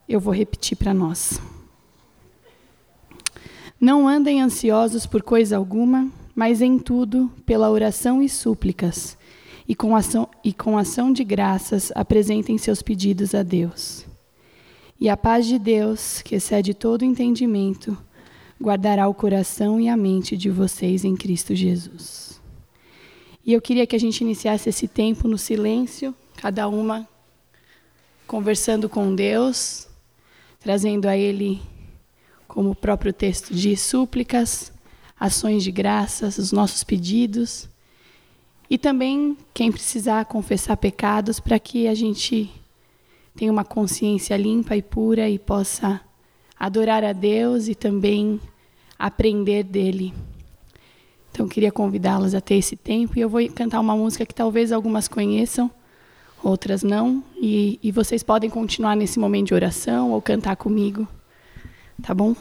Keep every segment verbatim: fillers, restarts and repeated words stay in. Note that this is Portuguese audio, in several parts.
eu vou repetir para nós. Não andem ansiosos por coisa alguma, mas em tudo, pela oração e súplicas, e com ação, e com ação de graças, apresentem seus pedidos a Deus. E a paz de Deus, que excede todo entendimento, guardará o coração e a mente de vocês em Cristo Jesus. E eu queria que a gente iniciasse esse tempo no silêncio, cada uma conversando com Deus, trazendo a Ele, como o próprio texto diz, súplicas, ações de graças, os nossos pedidos, e também quem precisar confessar pecados para que a gente tenha uma consciência limpa e pura e possa adorar a Deus e também aprender dele. Então, eu queria convidá-los a ter esse tempo e eu vou cantar uma música que talvez algumas conheçam, outras não, e, e vocês podem continuar nesse momento de oração ou cantar comigo, tá bom?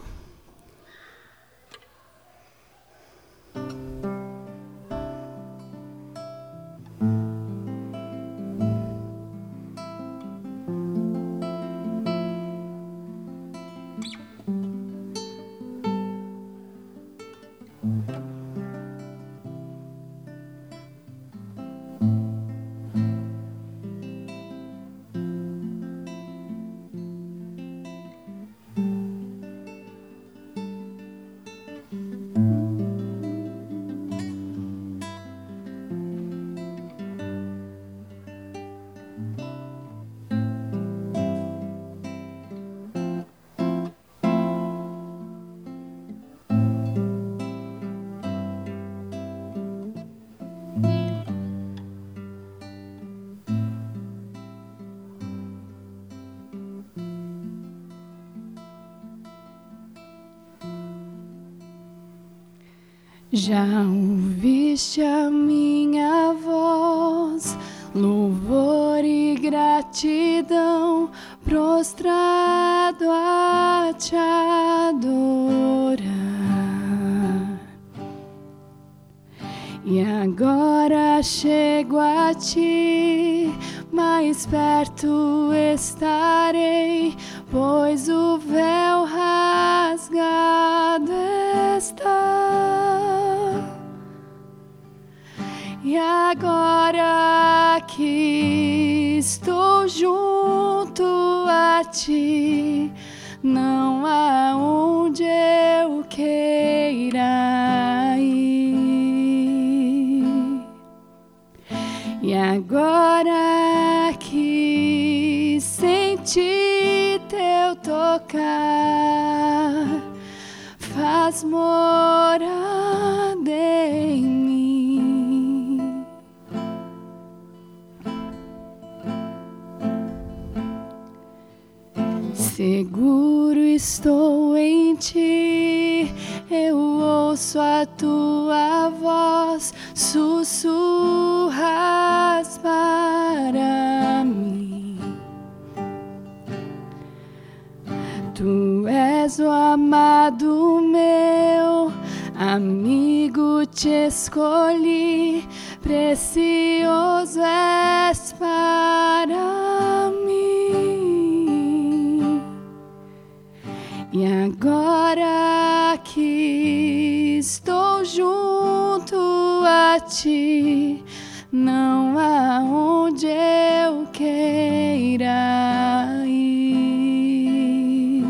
Já ouviste a minha voz, louvor e gratidão, prostrado a te adorar. E agora chego a ti, mais perto estarei, pois o véu rasgado está. E agora que estou junto a ti, não há onde eu queira ir. E agora que senti teu tocar, faz morada em mim. Seguro estou em ti, eu ouço a tua voz, sussurras para mim. Tu és o amado meu, amigo te escolhi, precioso és para mim. E agora que estou junto a ti, não há onde eu queira ir.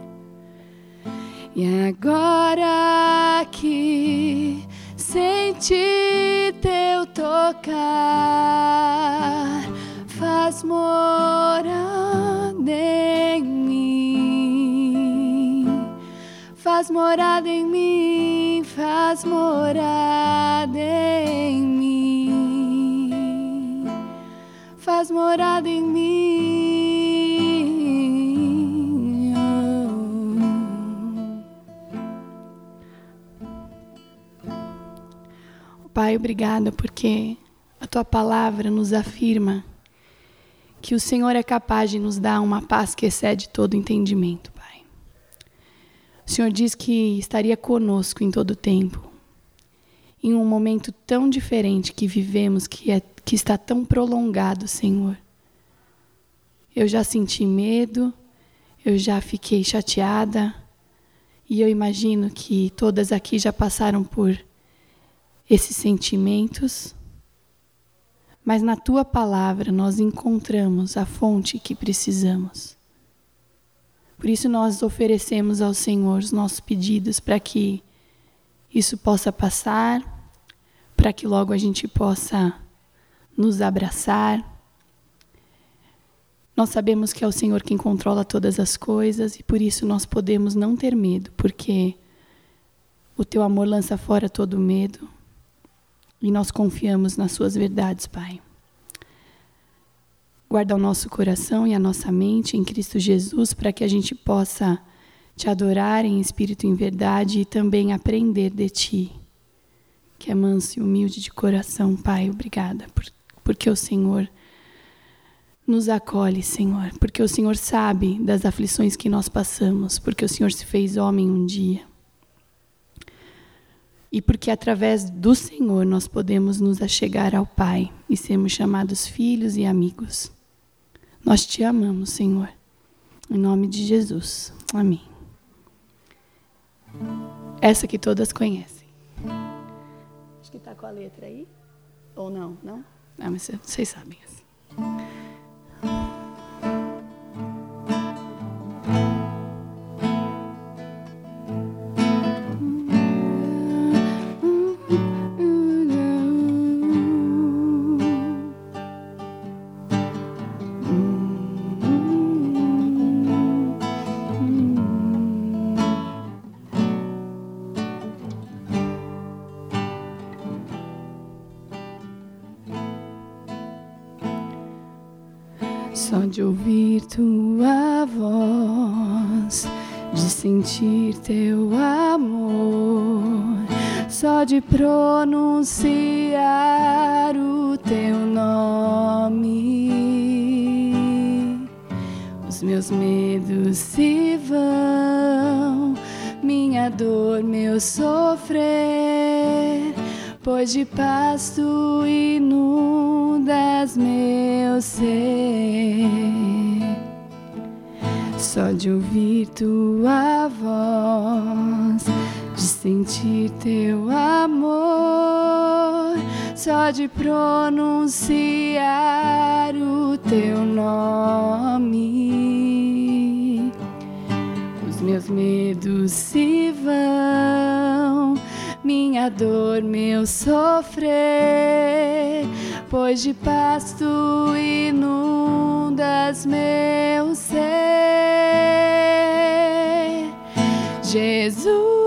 E agora que senti teu tocar, faz morada em mim. Faz morada em mim, faz morada em mim. Faz morada em mim. Oh. Pai, obrigada porque a tua palavra nos afirma que o Senhor é capaz de nos dar uma paz que excede todo entendimento, Pai. O Senhor diz que estaria conosco em todo o tempo, em um momento tão diferente que vivemos, que, é, que está tão prolongado, Senhor. Eu já senti medo, eu já fiquei chateada, e eu imagino que todas aqui já passaram por esses sentimentos, mas na tua palavra nós encontramos a fonte que precisamos. Por isso nós oferecemos ao Senhor os nossos pedidos para que isso possa passar, para que logo a gente possa nos abraçar. Nós sabemos que é o Senhor quem controla todas as coisas e por isso nós podemos não ter medo, porque o teu amor lança fora todo medo e nós confiamos nas suas verdades, Pai. Guarda o nosso coração e a nossa mente em Cristo Jesus para que a gente possa te adorar em espírito e em verdade e também aprender de Ti, que é manso e humilde de coração, Pai. Obrigada, por, porque o Senhor nos acolhe, Senhor, porque o Senhor sabe das aflições que nós passamos, porque o Senhor se fez homem um dia. E porque através do Senhor nós podemos nos achegar ao Pai e sermos chamados filhos e amigos. Nós te amamos, Senhor. Em nome de Jesus. Amém. Essa que todas conhecem. Acho que está com a letra aí. Ou não? Não? Ah, mas vocês sabem essa. Só de ouvir tua voz, de sentir teu amor, só de pronunciar o teu nome, os meus medos se vão, minha dor, meu sofrer, pois de paz tu inundas meu ser. Só de ouvir tua voz, de sentir teu amor, só de pronunciar o teu nome, os meus medos se vão, minha dor, meu sofrer, pois de paz tu inundas meu ser. Jesus,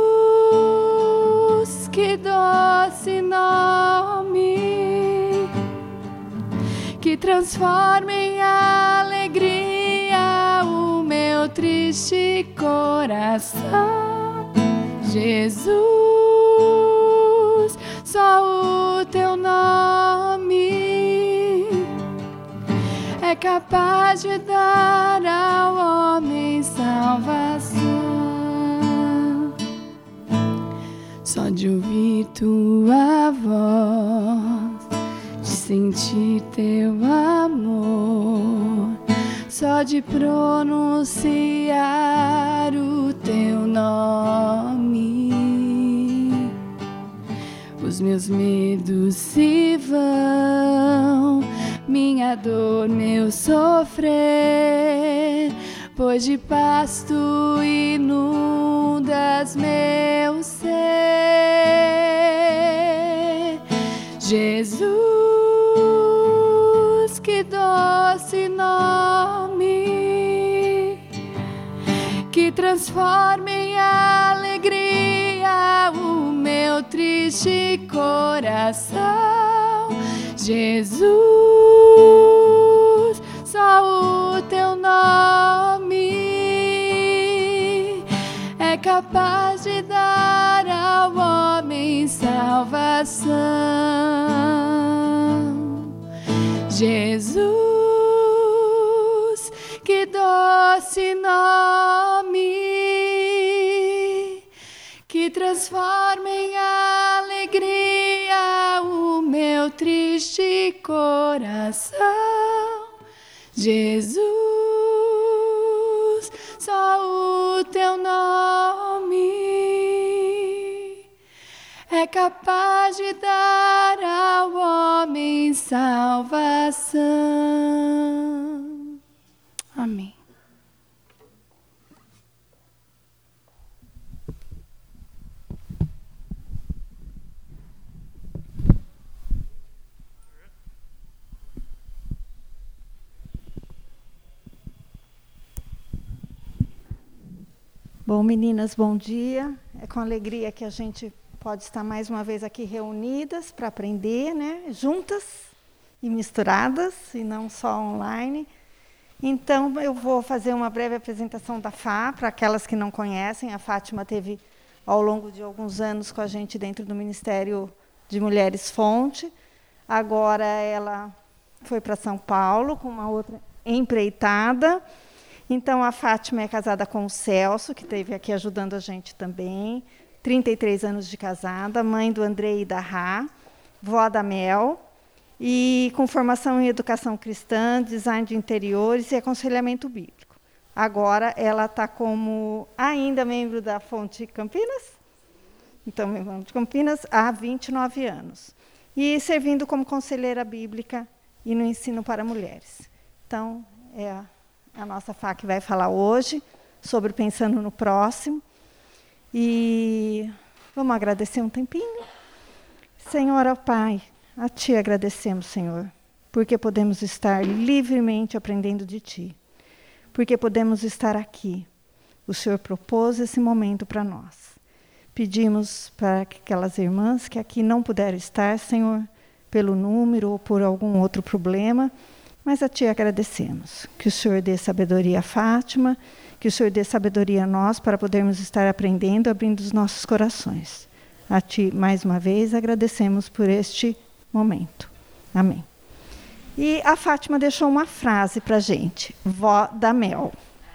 que doce nome, que transforma em alegria o meu triste coração. Jesus, só o teu nome é capaz de dar ao homem salvação. Só de ouvir tua voz, de sentir teu amor, só de pronunciar o teu nome, os meus medos se vão, minha dor, meu sofrer, pois de paz tu inundas meu ser. Jesus, que doce nome, que transforma em alegria o meu triste coração. Jesus, só o teu nome é capaz de dar ao homem salvação. Jesus, que doce nome, que transforma em alegria o meu triste coração. Jesus, só o teu nome é capaz de dar ao homem salvação. Amém. Bom, meninas, bom dia. É com alegria que a gente pode estar mais uma vez aqui reunidas para aprender, né? Juntas e misturadas, e não só online. Então, eu vou fazer uma breve apresentação da F A, para aquelas que não conhecem. A Fátima teve, ao longo de alguns anos, com a gente dentro do Ministério de Mulheres Fonte. Agora ela foi para São Paulo com uma outra empreitada. Então, a Fátima é casada com o Celso, que esteve aqui ajudando a gente também. trinta e três anos de casada, mãe do Andrei e da Rá, vó da Mel, e com formação em educação cristã, design de interiores e aconselhamento bíblico. Agora, ela está como ainda membro da Fonte Campinas? Então, membro de Campinas há vinte e nove anos. E servindo como conselheira bíblica e no ensino para mulheres. Então, é a a nossa F A que vai falar hoje sobre Pensando no Próximo. E vamos agradecer um tempinho? Senhor, ó Pai, a Ti agradecemos, Senhor, porque podemos estar livremente aprendendo de Ti, porque podemos estar aqui. O Senhor propôs esse momento para nós. Pedimos para aquelas irmãs que aqui não puderam estar, Senhor, pelo número ou por algum outro problema, mas a Ti agradecemos. Que o Senhor dê sabedoria a Fátima, que o Senhor dê sabedoria a nós para podermos estar aprendendo, abrindo os nossos corações. A Ti, mais uma vez, agradecemos por este momento. Amém. E a Fátima deixou uma frase para a gente, vó da Mel.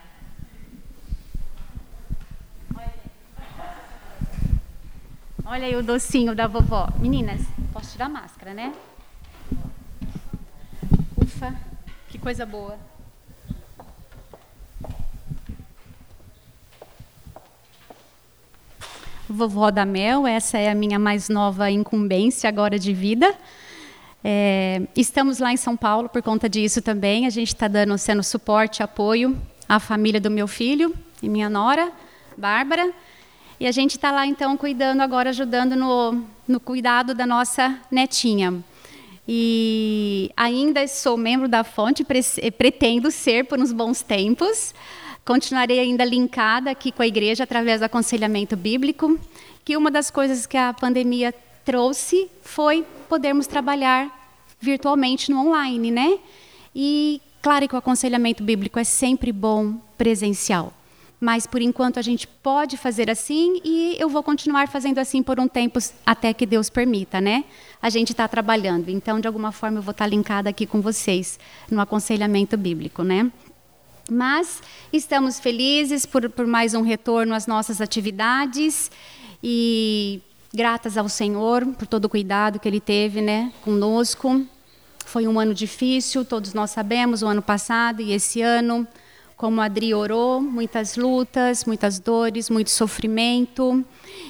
Olha aí o docinho da vovó. Meninas, posso tirar a máscara, né? Ufa, que coisa boa. Vovó da Mel, essa é a minha mais nova incumbência agora de vida. É, estamos lá em São Paulo por conta disso também. A gente está dando, sendo suporte, apoio à família do meu filho e minha nora, Bárbara. E a gente está lá, então, cuidando agora, ajudando no, no cuidado da nossa netinha. E ainda sou membro da Fonte, pretendo ser por uns bons tempos. Continuarei ainda linkada aqui com a igreja através do aconselhamento bíblico, que uma das coisas que a pandemia trouxe foi podermos trabalhar virtualmente no online, né? E claro que o aconselhamento bíblico é sempre bom presencial, mas por enquanto a gente pode fazer assim e eu vou continuar fazendo assim por um tempo até que Deus permita, né? A gente está trabalhando, então de alguma forma eu vou estar linkada aqui com vocês no aconselhamento bíblico, né? Mas estamos felizes por, por mais um retorno às nossas atividades e gratas ao Senhor por todo o cuidado que Ele teve, né, conosco. Foi um ano difícil, todos nós sabemos, o ano passado e esse ano. Como a Adri orou, muitas lutas, muitas dores, muito sofrimento.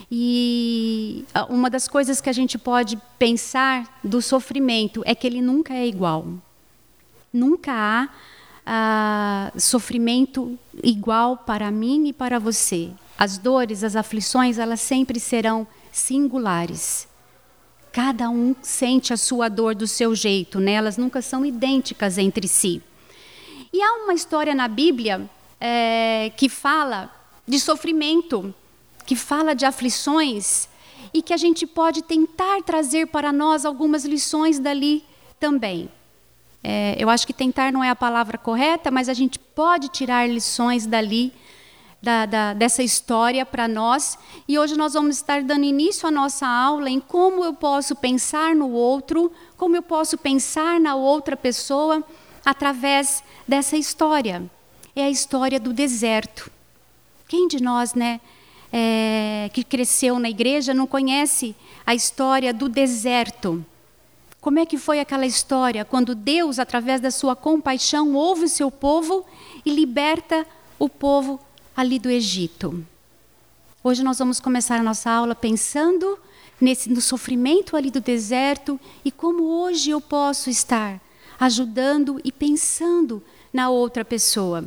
E uma das coisas que a gente pode pensar do sofrimento é que ele nunca é igual. Nunca há ah, sofrimento igual para mim e para você. As dores, as aflições, elas sempre serão singulares. Cada um sente a sua dor do seu jeito, né? Elas nunca são idênticas entre si. E há uma história na Bíblia é, que fala de sofrimento, que fala de aflições, e que a gente pode tentar trazer para nós algumas lições dali também. É, eu acho que tentar não é a palavra correta, mas a gente pode tirar lições dali, da, da, dessa história para nós. E hoje nós vamos estar dando início à nossa aula em como eu posso pensar no outro, como eu posso pensar na outra pessoa, através dessa história. É a história do deserto. Quem de nós, né, é, que cresceu na igreja não conhece a história do deserto? Como é que foi aquela história quando Deus, através da sua compaixão, ouve o seu povo e liberta o povo ali do Egito. Hoje nós vamos começar a nossa aula pensando nesse, no sofrimento ali do deserto e como hoje eu posso estar ajudando e pensando na outra pessoa.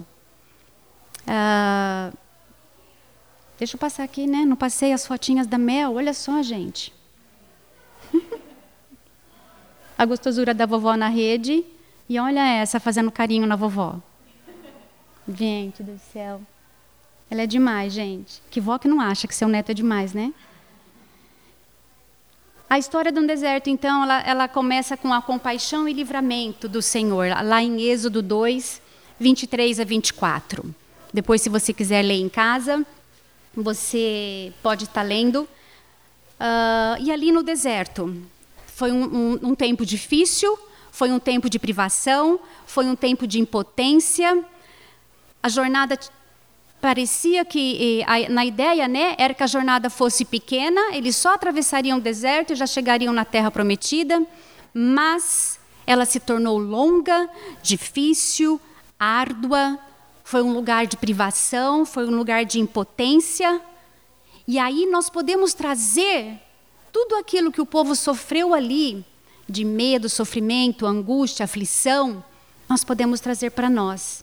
Ah, deixa eu passar aqui, né? Não passei as fotinhas da Mel. Olha só, gente. A gostosura da vovó na rede. E olha essa fazendo carinho na vovó. Gente do céu. Ela é demais, gente. Que vó que não acha que seu neto é demais, né? A história do deserto, então, ela, ela começa com a compaixão e livramento do Senhor, lá em Êxodo dois, vinte e três a vinte e quatro. Depois, se você quiser ler em casa, você pode estar lendo. Uh, e ali no deserto, foi um, um, um tempo difícil, foi um tempo de privação, foi um tempo de impotência. A jornada parecia que, a, na ideia, né, era que a jornada fosse pequena, eles só atravessariam o deserto e já chegariam na terra prometida, mas ela se tornou longa, difícil, árdua, foi um lugar de privação, foi um lugar de impotência. E aí nós podemos trazer tudo aquilo que o povo sofreu ali, de medo, sofrimento, angústia, aflição, nós podemos trazer para nós.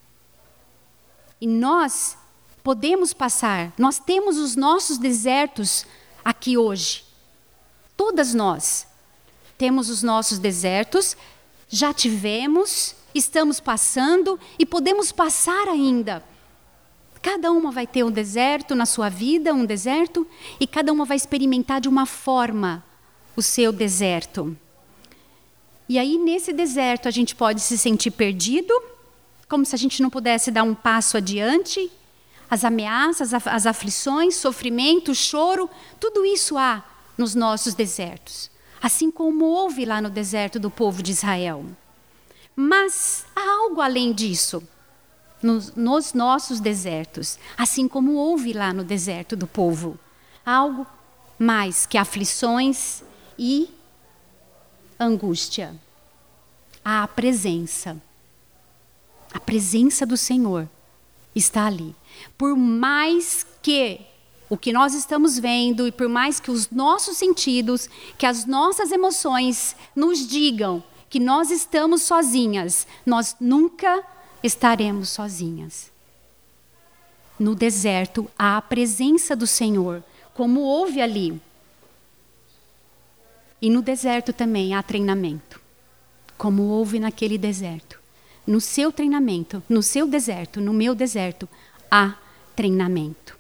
E nós podemos passar, nós temos os nossos desertos aqui hoje. Todas nós temos os nossos desertos, já tivemos, estamos passando e podemos passar ainda. Cada uma vai ter um deserto na sua vida, um deserto, e cada uma vai experimentar de uma forma o seu deserto. E aí, nesse deserto, a gente pode se sentir perdido, como se a gente não pudesse dar um passo adiante. As ameaças, as aflições, sofrimento, choro, tudo isso há nos nossos desertos. Assim como houve lá no deserto do povo de Israel. Mas há algo além disso, nos, nos nossos desertos. Assim como houve lá no deserto do povo. Algo mais que aflições e angústia. Há a presença. A presença do Senhor está ali. Por mais que o que nós estamos vendo e por mais que os nossos sentidos, que as nossas emoções nos digam que nós estamos sozinhas, nós nunca estaremos sozinhas. No deserto há a presença do Senhor, como houve ali. E no deserto também há treinamento, como houve naquele deserto. No seu treinamento, no seu deserto, no meu deserto, há treinamento.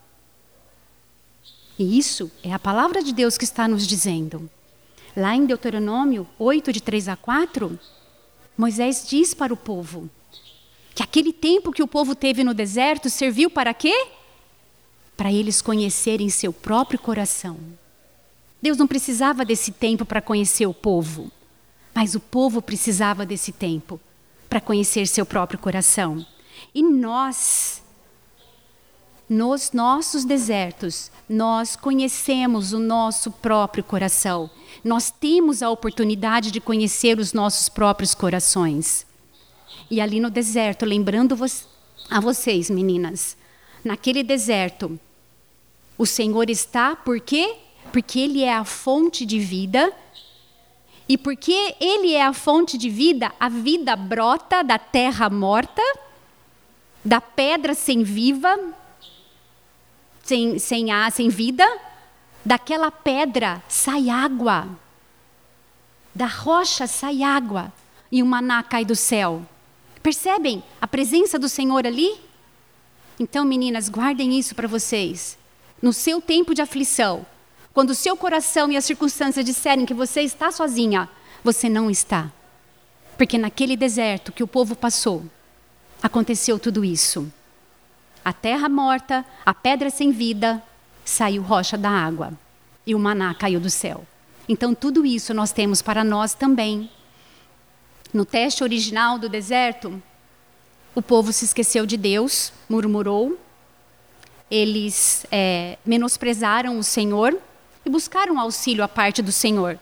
E isso é a palavra de Deus que está nos dizendo. Lá em Deuteronômio oito, de três a quatro, Moisés diz para o povo que aquele tempo que o povo teve no deserto serviu para quê? Para eles conhecerem seu próprio coração. Deus não precisava desse tempo para conhecer o povo, mas o povo precisava desse tempo para conhecer seu próprio coração. E nós, nos nossos desertos, nós conhecemos o nosso próprio coração. Nós temos a oportunidade de conhecer os nossos próprios corações. E ali no deserto, lembrando a vocês, meninas, naquele deserto, o Senhor está, por quê? Porque Ele é a fonte de vida. E porque Ele é a fonte de vida, a vida brota da terra morta, da pedra sem viva, sem, sem, ar, sem vida, daquela pedra sai água, da rocha sai água e o maná cai do céu. Percebem a presença do Senhor ali? Então, meninas, guardem isso para vocês. No seu tempo de aflição, quando o seu coração e as circunstâncias disserem que você está sozinha, você não está. Porque naquele deserto que o povo passou, aconteceu tudo isso. A terra morta, a pedra sem vida, saiu rocha da água. E o maná caiu do céu. Então tudo isso nós temos para nós também. No teste original do deserto, o povo se esqueceu de Deus, murmurou. Eles é, menosprezaram o Senhor e buscaram auxílio à parte do Senhor.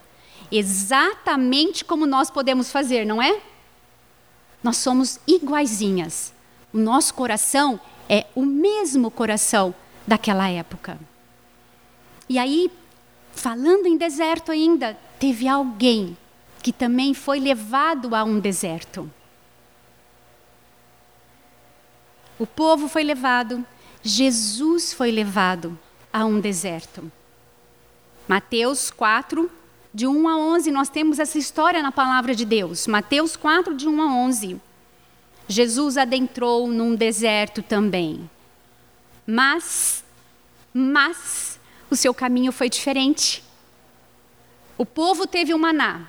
Exatamente como nós podemos fazer, não é? Nós somos iguaizinhas. O nosso coração é o mesmo coração daquela época. E aí, falando em deserto ainda, teve alguém que também foi levado a um deserto. O povo foi levado, Jesus foi levado a um deserto. Mateus quatro, de um a onze, nós temos essa história na palavra de Deus. Mateus quatro, de um a onze. Jesus adentrou num deserto também. Mas, mas, o seu caminho foi diferente. O povo teve o maná.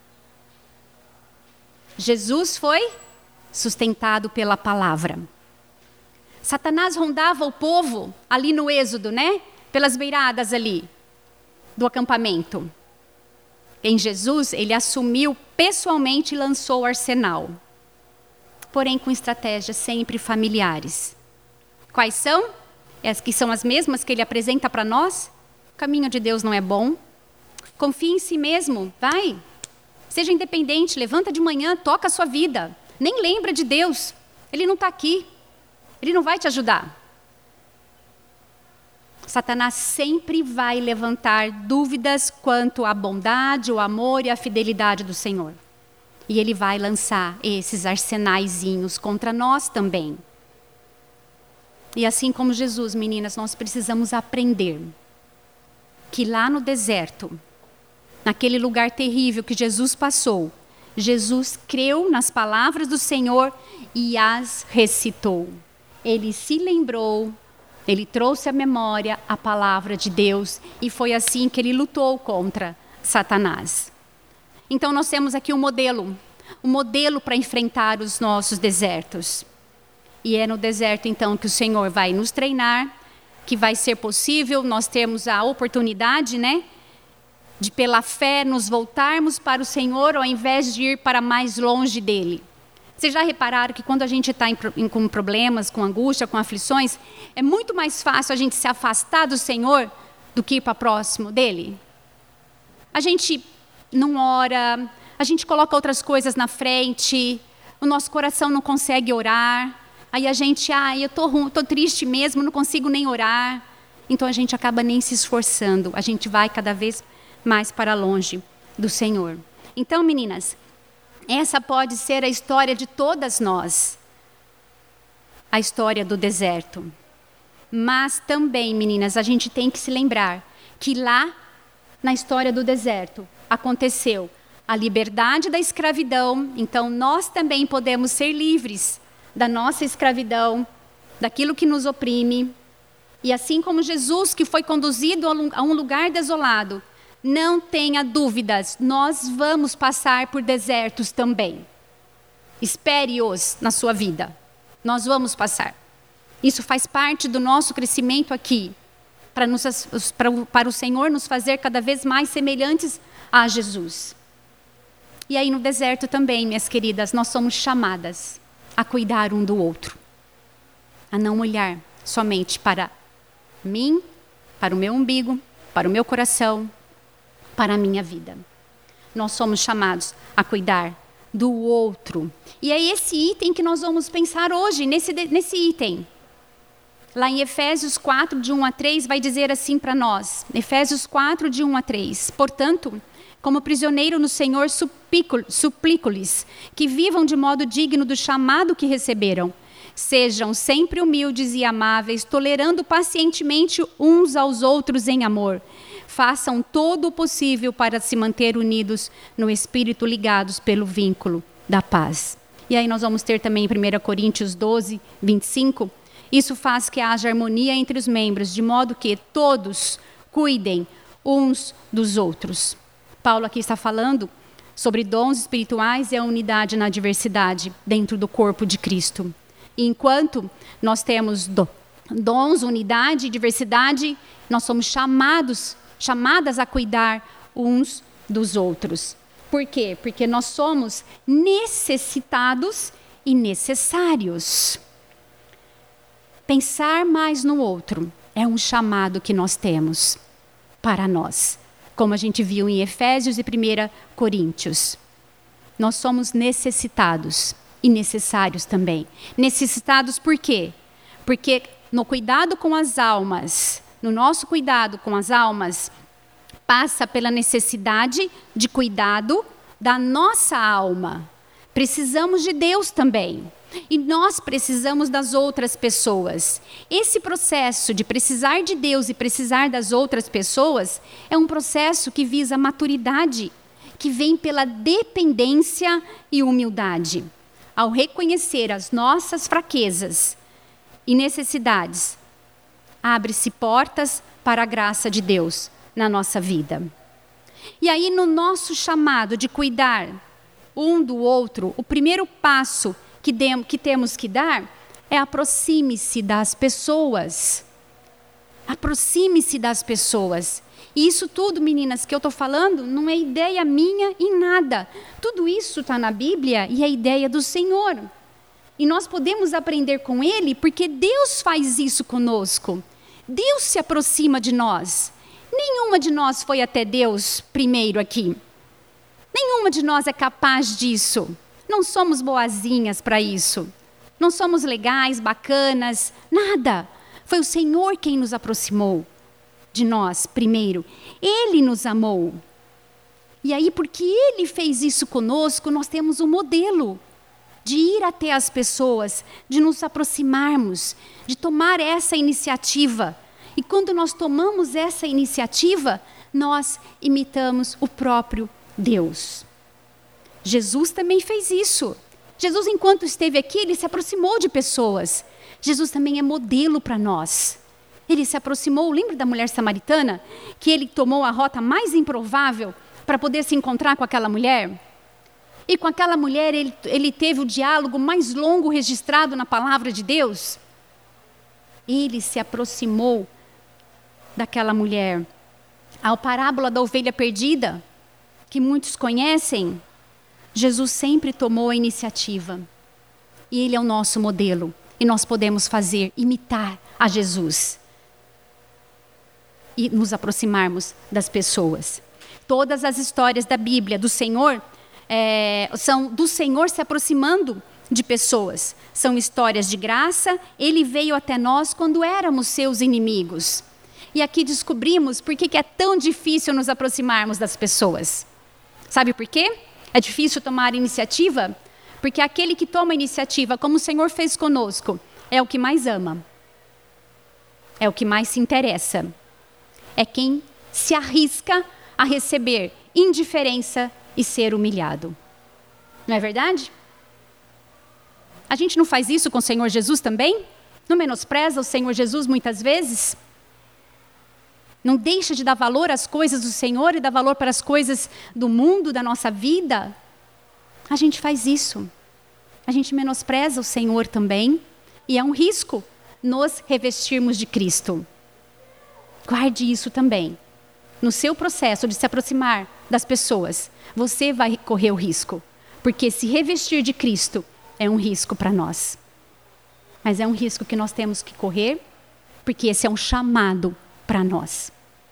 Jesus foi sustentado pela palavra. Satanás rondava o povo ali no Êxodo, né? Pelas beiradas ali do acampamento. Em Jesus, ele assumiu pessoalmente e lançou o arsenal. Porém, com estratégias sempre familiares. Quais são? As que são as mesmas que ele apresenta para nós? O caminho de Deus não é bom. Confie em si mesmo, vai. Seja independente, levanta de manhã, toca a sua vida. Nem lembra de Deus. Ele não está aqui. Ele não vai te ajudar. Satanás sempre vai levantar dúvidas quanto à bondade, o amor e a fidelidade do Senhor. E ele vai lançar esses arsenaizinhos contra nós também. E assim como Jesus, meninas, nós precisamos aprender que lá no deserto, naquele lugar terrível que Jesus passou, Jesus creu nas palavras do Senhor e as recitou. Ele se lembrou, ele trouxe à memória a palavra de Deus e foi assim que ele lutou contra Satanás. Então nós temos aqui um modelo, um modelo para enfrentar os nossos desertos. E é no deserto então que o Senhor vai nos treinar, que vai ser possível nós termos a oportunidade, né, de pela fé nos voltarmos para o Senhor ao invés de ir para mais longe dele. Vocês já repararam que quando a gente está com problemas, com angústia, com aflições, é muito mais fácil a gente se afastar do Senhor do que ir para próximo dele? A gente não ora, a gente coloca outras coisas na frente, o nosso coração não consegue orar, aí a gente, ah, eu estou tô triste mesmo, não consigo nem orar. Então a gente acaba nem se esforçando, a gente vai cada vez mais para longe do Senhor. Então, meninas, essa pode ser a história de todas nós, a história do deserto. Mas também, meninas, a gente tem que se lembrar que lá, na história do deserto, aconteceu a liberdade da escravidão. Então, nós também podemos ser livres da nossa escravidão, daquilo que nos oprime. E assim como Jesus, que foi conduzido a um lugar desolado, não tenha dúvidas, nós vamos passar por desertos também. Espere-os na sua vida. Nós vamos passar. Isso faz parte do nosso crescimento aqui, para, nos, para, para o Senhor nos fazer cada vez mais semelhantes a Jesus. E aí no deserto também, minhas queridas, nós somos chamadas a cuidar um do outro. A não olhar somente para mim, para o meu umbigo, para o meu coração, para a minha vida. Nós somos chamados a cuidar do outro. E é esse item que nós vamos pensar hoje, nesse, nesse item. Lá em Efésios quatro, de um a três, vai dizer assim para nós. Efésios quatro, de um a três. Portanto, como prisioneiro no Senhor, suplico-lhes que vivam de modo digno do chamado que receberam. Sejam sempre humildes e amáveis, tolerando pacientemente uns aos outros em amor. Façam todo o possível para se manter unidos no Espírito, ligados pelo vínculo da paz. E aí nós vamos ter também em primeira Coríntios doze, vinte e cinco. Isso faz que haja harmonia entre os membros, de modo que todos cuidem uns dos outros. Paulo aqui está falando sobre dons espirituais e a unidade na diversidade dentro do corpo de Cristo. E enquanto nós temos dons, unidade e diversidade, nós somos chamados chamadas a cuidar uns dos outros. Por quê? Porque nós somos necessitados e necessários. Pensar mais no outro é um chamado que nós temos para nós, como a gente viu em Efésios e primeira Coríntios. Nós somos necessitados e necessários também. Necessitados por quê? Porque no cuidado com as almas, no nosso cuidado com as almas, passa pela necessidade de cuidado da nossa alma. Precisamos de Deus também. E nós precisamos das outras pessoas. Esse processo de precisar de Deus e precisar das outras pessoas é um processo que visa maturidade, que vem pela dependência e humildade. Ao reconhecer as nossas fraquezas e necessidades, abre-se portas para a graça de Deus na nossa vida. E aí, no nosso chamado de cuidar um do outro, o primeiro passo que, dem- que temos que dar é aproxime-se das pessoas. Aproxime-se das pessoas. E isso tudo, meninas, que eu estou falando, não é ideia minha em nada. Tudo isso está na Bíblia e é ideia do Senhor. E nós podemos aprender com Ele porque Deus faz isso conosco. Deus se aproxima de nós. Nenhuma de nós foi até Deus primeiro aqui. Nenhuma de nós é capaz disso. Não somos boazinhas para isso. Não somos legais, bacanas, nada. Foi o Senhor quem nos aproximou de nós primeiro. Ele nos amou. E aí, porque Ele fez isso conosco, nós temos um modelo de ir até as pessoas, de nos aproximarmos, de tomar essa iniciativa. E quando nós tomamos essa iniciativa, nós imitamos o próprio Deus. Jesus também fez isso. Jesus, enquanto esteve aqui, Ele se aproximou de pessoas. Jesus também é modelo para nós. Ele se aproximou, lembra da mulher samaritana? Que Ele tomou a rota mais improvável para poder se encontrar com aquela mulher? E com aquela mulher, ele, ele teve o diálogo mais longo registrado na palavra de Deus. Ele se aproximou daquela mulher. A parábola da ovelha perdida, que muitos conhecem, Jesus sempre tomou a iniciativa. E Ele é o nosso modelo. E nós podemos fazer, imitar a Jesus. E nos aproximarmos das pessoas. Todas as histórias da Bíblia, do Senhor, é, são do Senhor se aproximando de pessoas. São histórias de graça. Ele veio até nós quando éramos seus inimigos. E aqui descobrimos por que é tão difícil nos aproximarmos das pessoas. Sabe por quê? É difícil tomar iniciativa? Porque aquele que toma iniciativa, como o Senhor fez conosco, é o que mais ama. É o que mais se interessa. É quem se arrisca a receber indiferença e ser humilhado. Não é verdade? A gente não faz isso com o Senhor Jesus também? Não menospreza o Senhor Jesus muitas vezes? Não deixa de dar valor às coisas do Senhor e dar valor para as coisas do mundo, da nossa vida? A gente faz isso. A gente menospreza o Senhor também. E é um risco nos revestirmos de Cristo. Guarde isso também. No seu processo de se aproximar das pessoas, você vai correr o risco. Porque se revestir de Cristo é um risco para nós. Mas é um risco que nós temos que correr, porque esse é um chamado para nós.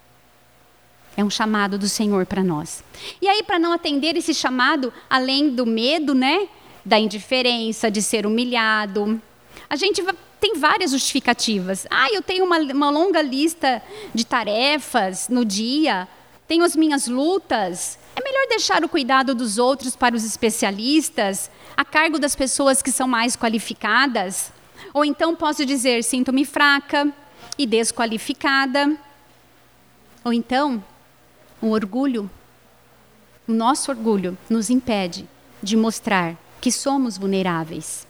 É um chamado do Senhor para nós. E aí, para não atender esse chamado, além do medo, né, da indiferença, de ser humilhado, a gente tem várias justificativas. Ah, eu tenho uma, uma longa lista de tarefas no dia, tenho as minhas lutas. É melhor deixar o cuidado dos outros para os especialistas, a cargo das pessoas que são mais qualificadas. Ou então posso dizer, sinto-me fraca e desqualificada. Ou então, o orgulho, o nosso orgulho nos impede de mostrar que somos vulneráveis.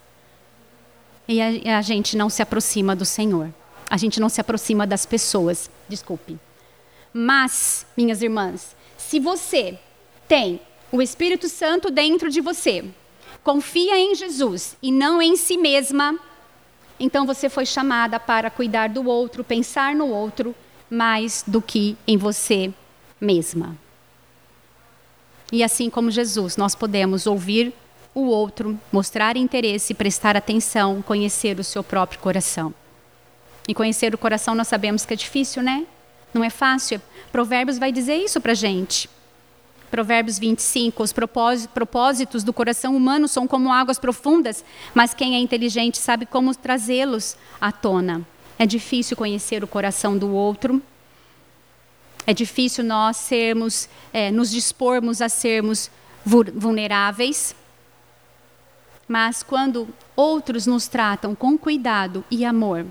E a, e a gente não se aproxima do Senhor. A gente não se aproxima das pessoas. Desculpe. Mas, minhas irmãs, se você tem o Espírito Santo dentro de você, confia em Jesus e não em si mesma, então você foi chamada para cuidar do outro, pensar no outro, mais do que em você mesma. E assim como Jesus, nós podemos ouvir o outro, mostrar interesse, prestar atenção, conhecer o seu próprio coração. E conhecer o coração nós sabemos que é difícil, né? Não é fácil. Provérbios vai dizer isso pra gente. Provérbios vinte e cinco, os propósitos do coração humano são como águas profundas, mas quem é inteligente sabe como trazê-los à tona. É difícil conhecer o coração do outro. É difícil nós sermos, é, nos dispormos a sermos vulneráveis. Mas quando outros nos tratam com cuidado e amor,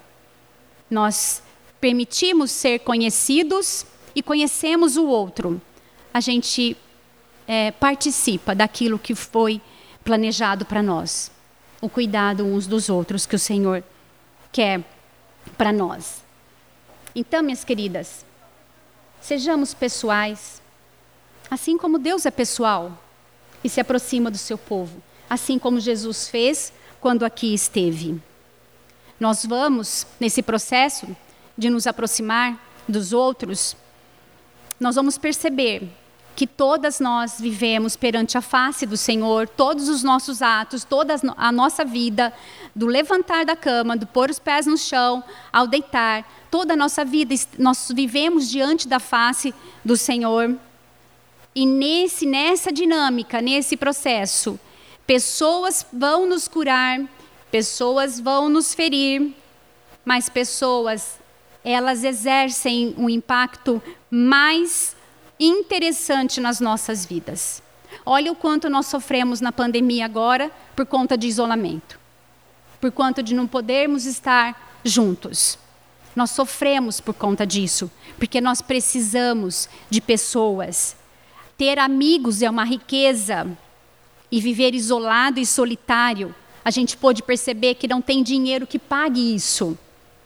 nós permitimos ser conhecidos e conhecemos o outro. A gente é, participa daquilo que foi planejado para nós. O cuidado uns dos outros que o Senhor quer para nós. Então, minhas queridas, sejamos pessoais, assim como Deus é pessoal e se aproxima do seu povo, assim como Jesus fez quando aqui esteve. Nós vamos, nesse processo de nos aproximar dos outros, nós vamos perceber que todas nós vivemos perante a face do Senhor, todos os nossos atos, toda a nossa vida, do levantar da cama, do pôr os pés no chão, ao deitar, toda a nossa vida, nós vivemos diante da face do Senhor. E nesse, nessa dinâmica, nesse processo, pessoas vão nos curar, pessoas vão nos ferir, mas pessoas, elas exercem um impacto mais interessante nas nossas vidas. Olha o quanto nós sofremos na pandemia agora por conta de isolamento, por conta de não podermos estar juntos. Nós sofremos por conta disso, porque nós precisamos de pessoas. Ter amigos é uma riqueza, e viver isolado e solitário, a gente pôde perceber que não tem dinheiro que pague isso.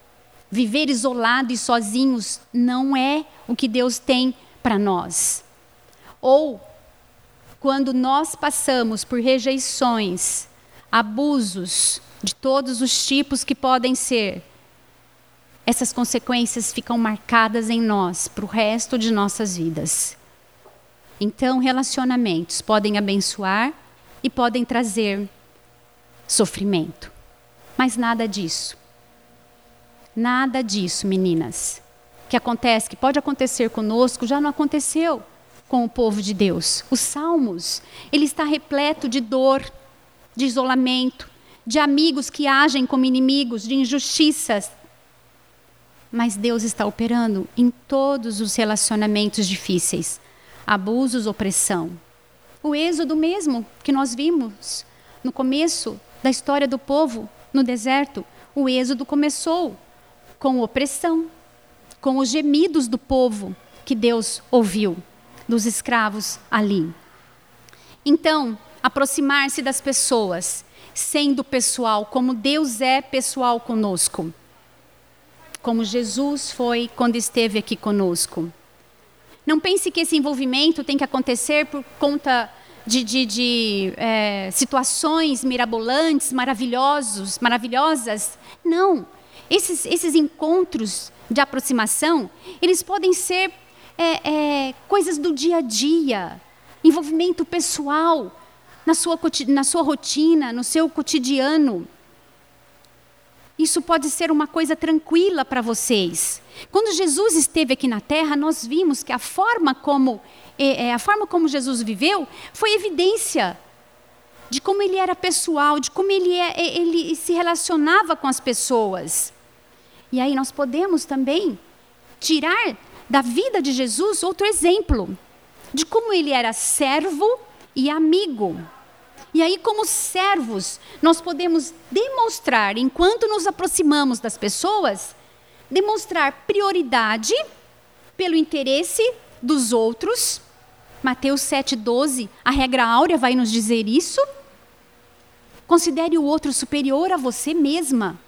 Viver isolado e sozinhos não é o que Deus tem para nós. Ou, quando nós passamos por rejeições, abusos de todos os tipos que podem ser, essas consequências ficam marcadas em nós para o resto de nossas vidas. Então, relacionamentos podem abençoar e podem trazer sofrimento. Mas nada disso. Nada disso, meninas, que acontece, que pode acontecer conosco, já não aconteceu com o povo de Deus. Os Salmos, ele está repleto de dor, de isolamento, de amigos que agem como inimigos, de injustiças. Mas Deus está operando em todos os relacionamentos difíceis. Abusos, opressão. O êxodo mesmo, que nós vimos no começo da história do povo no deserto, o êxodo começou com opressão, com os gemidos do povo que Deus ouviu, dos escravos ali. Então, aproximar-se das pessoas, sendo pessoal, como Deus é pessoal conosco, como Jesus foi quando esteve aqui conosco. Não pense que esse envolvimento tem que acontecer por conta de, de, de é, situações mirabolantes, maravilhosos, maravilhosas. Não. Esses, esses encontros de aproximação, eles podem ser é, é, coisas do dia a dia, envolvimento pessoal, na sua, na sua rotina, no seu cotidiano. Isso pode ser uma coisa tranquila para vocês. Quando Jesus esteve aqui na Terra, nós vimos que a forma como, é, a forma como Jesus viveu foi evidência de como ele era pessoal, de como ele, é, ele se relacionava com as pessoas. E aí nós podemos também tirar da vida de Jesus outro exemplo de como ele era servo e amigo. E aí, como servos, nós podemos demonstrar, enquanto nos aproximamos das pessoas, demonstrar prioridade pelo interesse dos outros. Mateus sete, doze, a regra áurea vai nos dizer isso. Considere o outro superior a você mesma.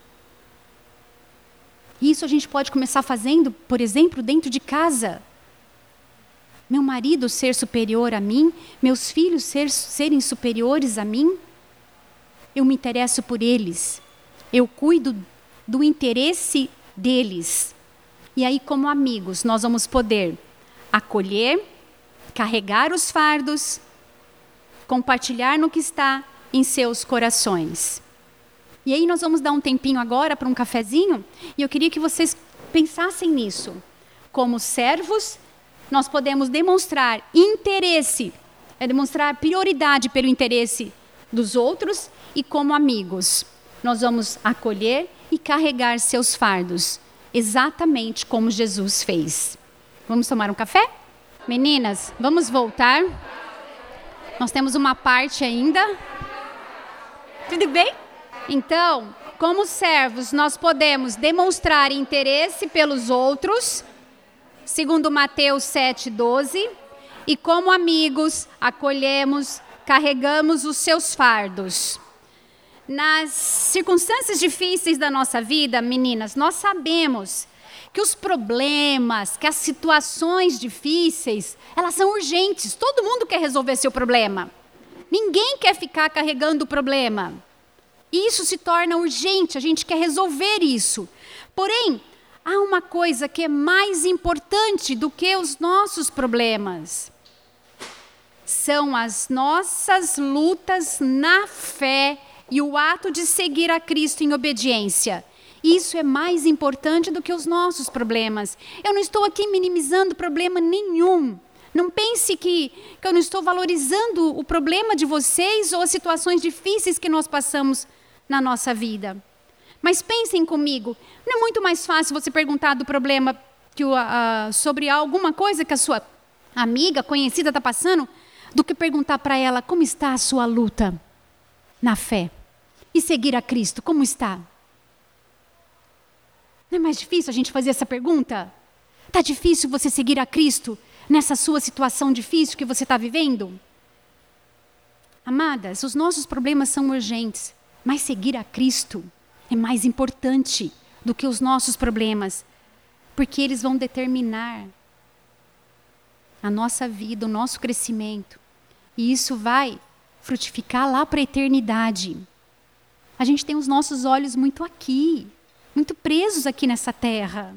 Isso a gente pode começar fazendo, por exemplo, dentro de casa. Meu marido ser superior a mim, meus filhos ser, serem superiores a mim. Eu me interesso por eles. Eu cuido do interesse deles. E aí, como amigos, nós vamos poder acolher, carregar os fardos, compartilhar no que está em seus corações. E aí nós vamos dar um tempinho agora para um cafezinho, e eu queria que vocês pensassem nisso. Como servos, nós podemos demonstrar interesse é demonstrar prioridade pelo interesse dos outros e como amigos. Nós vamos acolher e carregar seus fardos, exatamente como Jesus fez. Vamos tomar um café? Meninas, vamos voltar. Nós temos uma parte ainda. Tudo bem? Então, como servos, nós podemos demonstrar interesse pelos outros, segundo Mateus sete, doze, e como amigos, acolhemos, carregamos os seus fardos. Nas circunstâncias difíceis da nossa vida, meninas, nós sabemos que os problemas, que as situações difíceis, elas são urgentes. Todo mundo quer resolver seu problema. Ninguém quer ficar carregando o problema. Isso se torna urgente, a gente quer resolver isso. Porém, há uma coisa que é mais importante do que os nossos problemas. São as nossas lutas na fé e o ato de seguir a Cristo em obediência. Isso é mais importante do que os nossos problemas. Eu não estou aqui minimizando problema nenhum. Não pense que, que eu não estou valorizando o problema de vocês ou as situações difíceis que nós passamos na nossa vida. Mas pensem comigo, não é muito mais fácil você perguntar do problema que o, uh, sobre alguma coisa que a sua amiga, conhecida está passando, do que perguntar para ela como está a sua luta na fé? E seguir a Cristo, como está? Não é mais difícil a gente fazer essa pergunta? Está difícil você seguir a Cristo nessa sua situação difícil que você está vivendo? Amadas, os nossos problemas são urgentes, mas seguir a Cristo é mais importante do que os nossos problemas, porque eles vão determinar a nossa vida, o nosso crescimento. E isso vai frutificar lá para a eternidade. A gente tem os nossos olhos muito aqui, muito presos aqui nessa terra.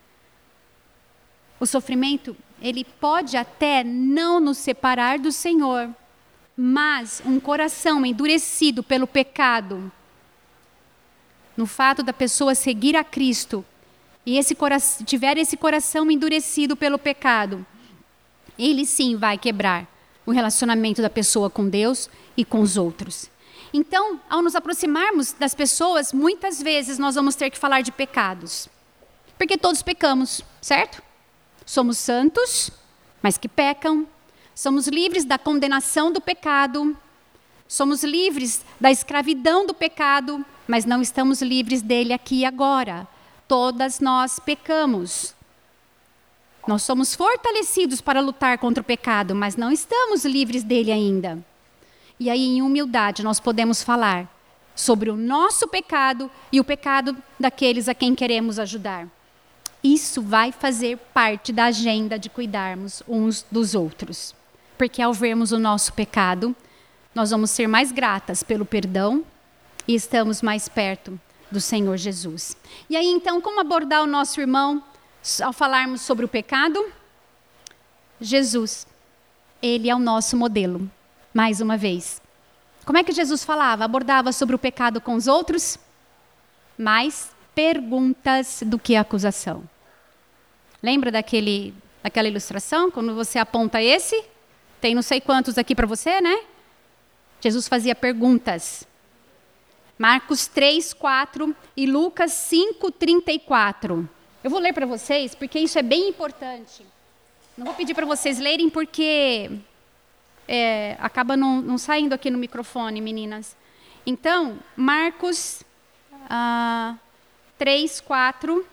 O sofrimento, ele pode até não nos separar do Senhor, mas um coração endurecido pelo pecado, no fato da pessoa seguir a Cristo, e esse coração, tiver esse coração endurecido pelo pecado, ele sim vai quebrar o relacionamento da pessoa com Deus e com os outros. Então, ao nos aproximarmos das pessoas, muitas vezes nós vamos ter que falar de pecados. Porque todos pecamos, certo? Somos santos, mas que pecam. Somos livres da condenação do pecado. Somos livres da escravidão do pecado, mas não estamos livres dele aqui e agora. Todas nós pecamos. Nós somos fortalecidos para lutar contra o pecado, mas não estamos livres dele ainda. E aí, em humildade, nós podemos falar sobre o nosso pecado e o pecado daqueles a quem queremos ajudar. Isso vai fazer parte da agenda de cuidarmos uns dos outros. Porque ao vermos o nosso pecado, nós vamos ser mais gratas pelo perdão e estamos mais perto do Senhor Jesus. E aí, então, como abordar o nosso irmão ao falarmos sobre o pecado? Jesus, ele é o nosso modelo. Mais uma vez. Como é que Jesus falava? Abordava sobre o pecado com os outros? Mais perguntas do que acusação. Lembra daquele, daquela ilustração? Quando você aponta esse, tem não sei quantos aqui para você, né? Jesus fazia perguntas. Marcos três, quatro e Lucas cinco, trinta e quatro. Eu vou ler para vocês, porque isso é bem importante. Não vou pedir para vocês lerem, porque... É, acaba não, não saindo aqui no microfone, meninas. Então, Marcos ah, três, quatro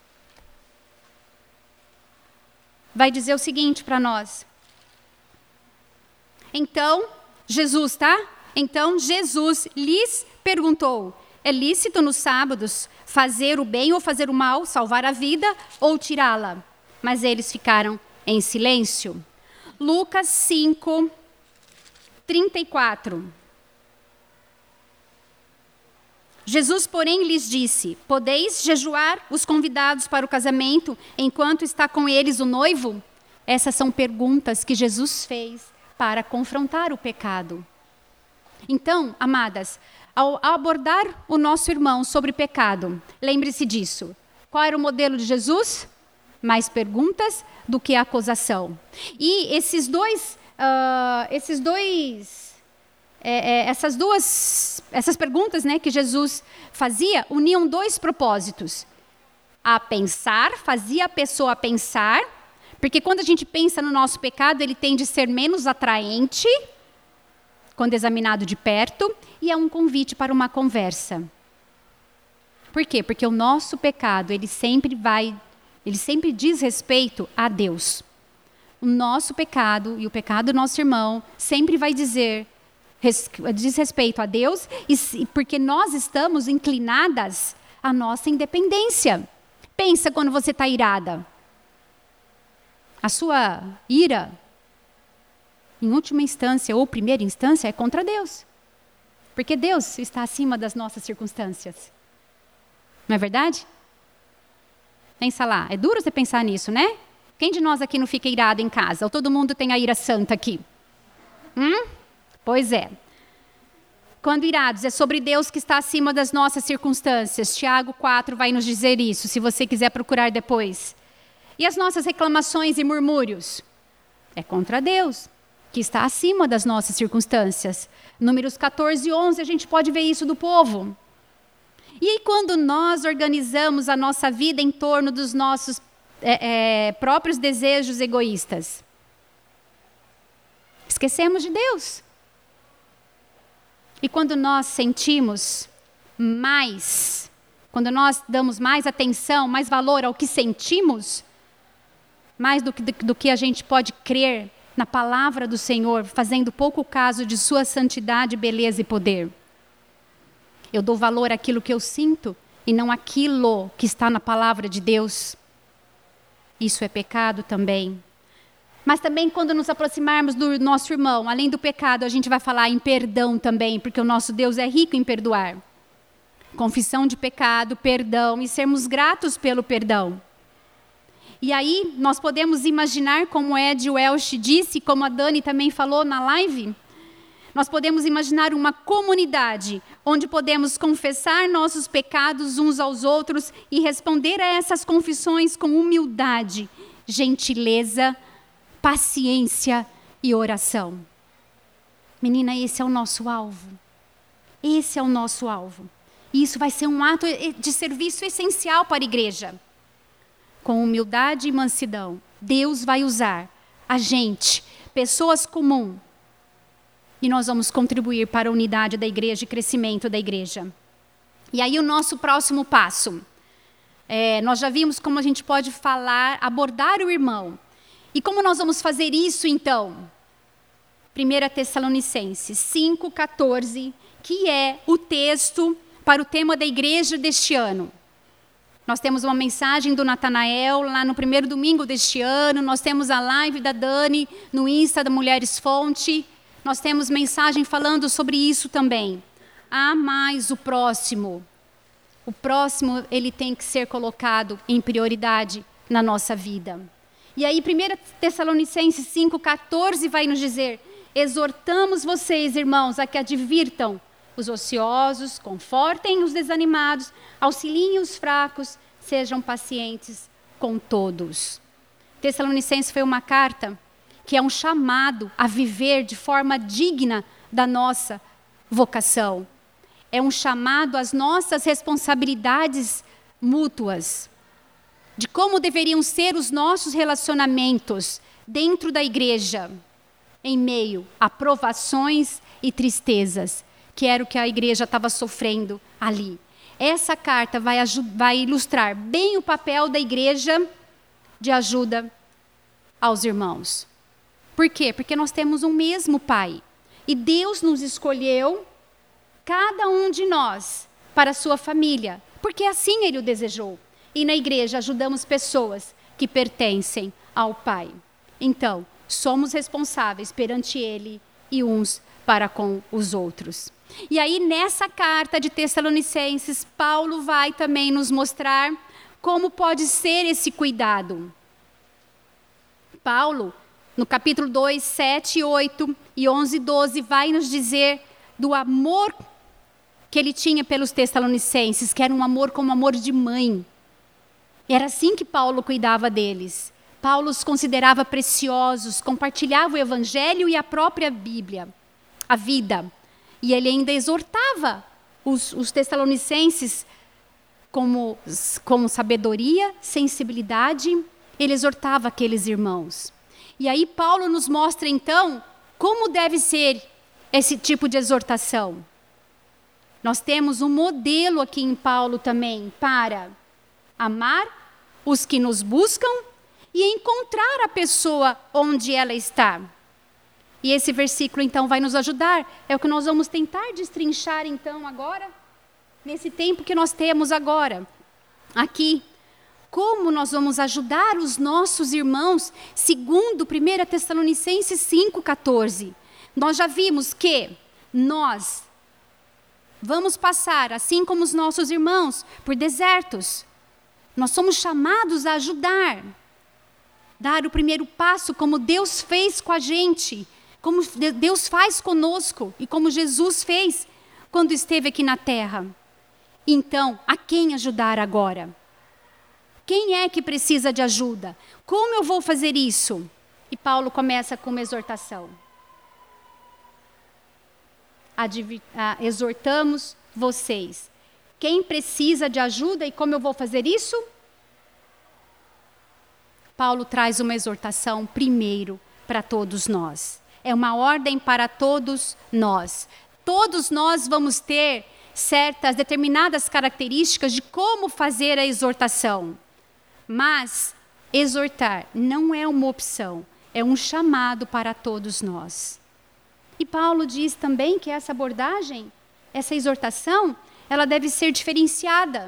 vai dizer o seguinte para nós. Então, Jesus, tá? Então, Jesus lhes perguntou, é lícito nos sábados fazer o bem ou fazer o mal, salvar a vida ou tirá-la? Mas eles ficaram em silêncio. Lucas cinco, trinta e quatro. Jesus, porém, lhes disse, podeis jejuar os convidados para o casamento enquanto está com eles o noivo? Essas são perguntas que Jesus fez para confrontar o pecado. Então, amadas, ao abordar o nosso irmão sobre pecado, lembre-se disso. Qual era o modelo de Jesus? Mais perguntas do que acusação. E esses dois uh, esses dois, é, é, essas duas, essas perguntas, né, que Jesus fazia, uniam dois propósitos. A pensar, fazia a pessoa pensar, porque quando a gente pensa no nosso pecado, ele tende a ser menos atraente, quando examinado de perto, e é um convite para uma conversa. Por quê? Porque o nosso pecado, ele sempre vai, ele sempre diz respeito a Deus. O nosso pecado e o pecado do nosso irmão sempre vai dizer, res, diz respeito a Deus, e, porque nós estamos inclinadas à nossa independência. Pensa quando você está irada. A sua ira, em última instância ou primeira instância, é contra Deus. Porque Deus está acima das nossas circunstâncias. Não é verdade? Pensa lá, é duro você pensar nisso, né? Quem de nós aqui não fica irado em casa? Ou todo mundo tem a ira santa aqui? Hum? Pois é. Quando irados, é sobre Deus que está acima das nossas circunstâncias. Tiago quatro vai nos dizer isso, se você quiser procurar depois. E as nossas reclamações e murmúrios? É contra Deus, que está acima das nossas circunstâncias. Números catorze e onze, a gente pode ver isso do povo. E aí, quando nós organizamos a nossa vida em torno dos nossos é, é, próprios desejos egoístas, esquecemos de Deus. E quando nós sentimos mais, quando nós damos mais atenção, mais valor ao que sentimos, mais do que, do, do que a gente pode crer na palavra do Senhor, fazendo pouco caso de sua santidade, beleza e poder. Eu dou valor àquilo que eu sinto e não àquilo que está na palavra de Deus. Isso é pecado também. Mas também quando nos aproximarmos do nosso irmão, além do pecado, a gente vai falar em perdão também, porque o nosso Deus é rico em perdoar. Confissão de pecado, perdão e sermos gratos pelo perdão. E aí nós podemos imaginar, como Ed Welch disse, como a Dani também falou na live, nós podemos imaginar uma comunidade onde podemos confessar nossos pecados uns aos outros e responder a essas confissões com humildade, gentileza, paciência e oração. Menina, esse é o nosso alvo. Esse é o nosso alvo. E isso vai ser um ato de serviço essencial para a igreja. Com humildade e mansidão, Deus vai usar a gente, pessoas comuns, e nós vamos contribuir para a unidade da igreja e crescimento da igreja. E aí o nosso próximo passo. É, nós já vimos como a gente pode falar, abordar o irmão. E como nós vamos fazer isso então? primeira Tessalonicenses cinco, catorze, que é o texto para o tema da igreja deste ano. Nós temos uma mensagem do Natanael lá no primeiro domingo deste ano, nós temos a live da Dani no Insta da Mulheres Fonte, nós temos mensagem falando sobre isso também. Ah, mais o próximo. O próximo, ele tem que ser colocado em prioridade na nossa vida. E aí, primeira Tessalonicenses cinco, catorze vai nos dizer: exortamos vocês, irmãos, a que advirtam os ociosos, confortem os desanimados, auxiliem os fracos, sejam pacientes com todos. Tessalonicenses foi uma carta que é um chamado a viver de forma digna da nossa vocação. É um chamado às nossas responsabilidades mútuas, de como deveriam ser os nossos relacionamentos dentro da igreja, em meio a provações e tristezas, que era o que a igreja estava sofrendo ali. Essa carta vai, vai ilustrar bem o papel da igreja de ajuda aos irmãos. Por quê? Porque nós temos um mesmo Pai. E Deus nos escolheu, cada um de nós, para a sua família. Porque assim Ele o desejou. E na igreja ajudamos pessoas que pertencem ao Pai. Então, somos responsáveis perante Ele e uns para com os outros. E aí, nessa carta de Tessalonicenses, Paulo vai também nos mostrar como pode ser esse cuidado. Paulo, no capítulo dois, sete, oito e onze, doze, vai nos dizer do amor que ele tinha pelos tessalonicenses, que era um amor como amor de mãe. Era assim que Paulo cuidava deles. Paulo os considerava preciosos, compartilhava o Evangelho e a própria Bíblia, a vida. E ele ainda exortava os, os tessalonicenses como, com sabedoria, sensibilidade, ele exortava aqueles irmãos. E aí Paulo nos mostra então como deve ser esse tipo de exortação. Nós temos um modelo aqui em Paulo também para amar os que nos buscam e encontrar a pessoa onde ela está. E esse versículo então vai nos ajudar. É o que nós vamos tentar destrinchar então agora, nesse tempo que nós temos agora, aqui. Como nós vamos ajudar os nossos irmãos, segundo primeira Tessalonicenses cinco, quatorze. Nós já vimos que nós vamos passar, assim como os nossos irmãos, por desertos. Nós somos chamados a ajudar, dar o primeiro passo como Deus fez com a gente, como Deus faz conosco e como Jesus fez quando esteve aqui na terra. Então, a quem ajudar agora? Quem é que precisa de ajuda? Como eu vou fazer isso? E Paulo começa com uma exortação. Advi- ah, exortamos vocês. Quem precisa de ajuda e como eu vou fazer isso? Paulo traz uma exortação primeiro para todos nós. É uma ordem para todos nós. Todos nós vamos ter certas determinadas características de como fazer a exortação. Mas exortar não é uma opção, é um chamado para todos nós. E Paulo diz também que essa abordagem, essa exortação, ela deve ser diferenciada.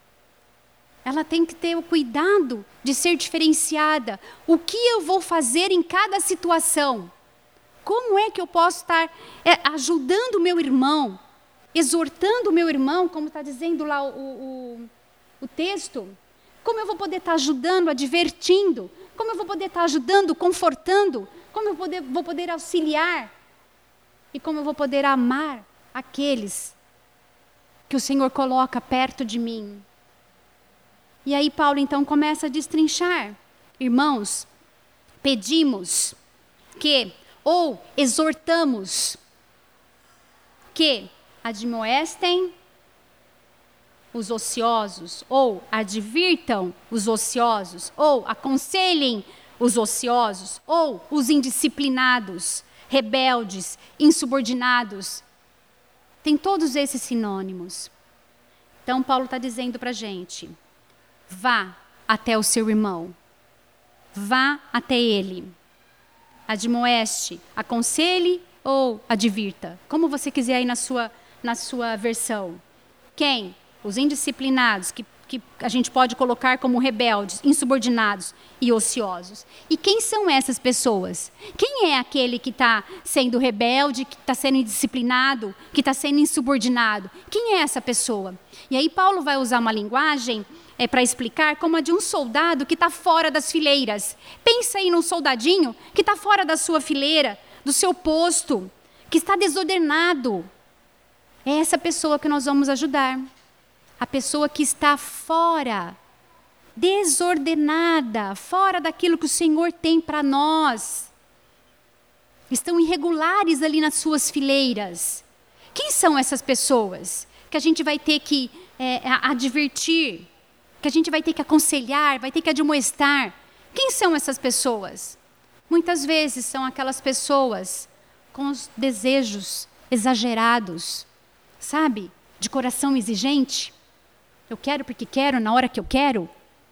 Ela tem que ter o cuidado de ser diferenciada. O que eu vou fazer em cada situação? Como é que eu posso estar é, ajudando o meu irmão, exortando o meu irmão, como está dizendo lá o, o, o texto? Como eu vou poder estar ajudando, advertindo? Como eu vou poder estar ajudando, confortando? Como eu poder, vou poder auxiliar? E como eu vou poder amar aqueles que o Senhor coloca perto de mim? E aí Paulo então começa a destrinchar. Irmãos, pedimos que, ou exortamos, que admoestem os ociosos, ou advirtam os ociosos, ou aconselhem os ociosos, ou os indisciplinados, rebeldes, insubordinados. Tem todos esses sinônimos. Então Paulo está dizendo para a gente, vá até o seu irmão, vá até ele, admoeste, aconselhe ou advirta, como você quiser aí na sua, na sua versão. Quem? Os indisciplinados, que, que a gente pode colocar como rebeldes, insubordinados e ociosos. E quem são essas pessoas? Quem é aquele que está sendo rebelde, que está sendo indisciplinado, que está sendo insubordinado? Quem é essa pessoa? E aí Paulo vai usar uma linguagem é, para explicar como a de um soldado que está fora das fileiras. Pensa aí num soldadinho que está fora da sua fileira, do seu posto, que está desordenado. É essa pessoa que nós vamos ajudar. A pessoa que está fora, desordenada, fora daquilo que o Senhor tem para nós. Estão irregulares ali nas suas fileiras. Quem são essas pessoas que a gente vai ter que é, advertir, que a gente vai ter que aconselhar, vai ter que admoestar? Quem são essas pessoas? Muitas vezes são aquelas pessoas com os desejos exagerados, sabe? De coração exigente. Eu quero porque quero, na hora que eu quero.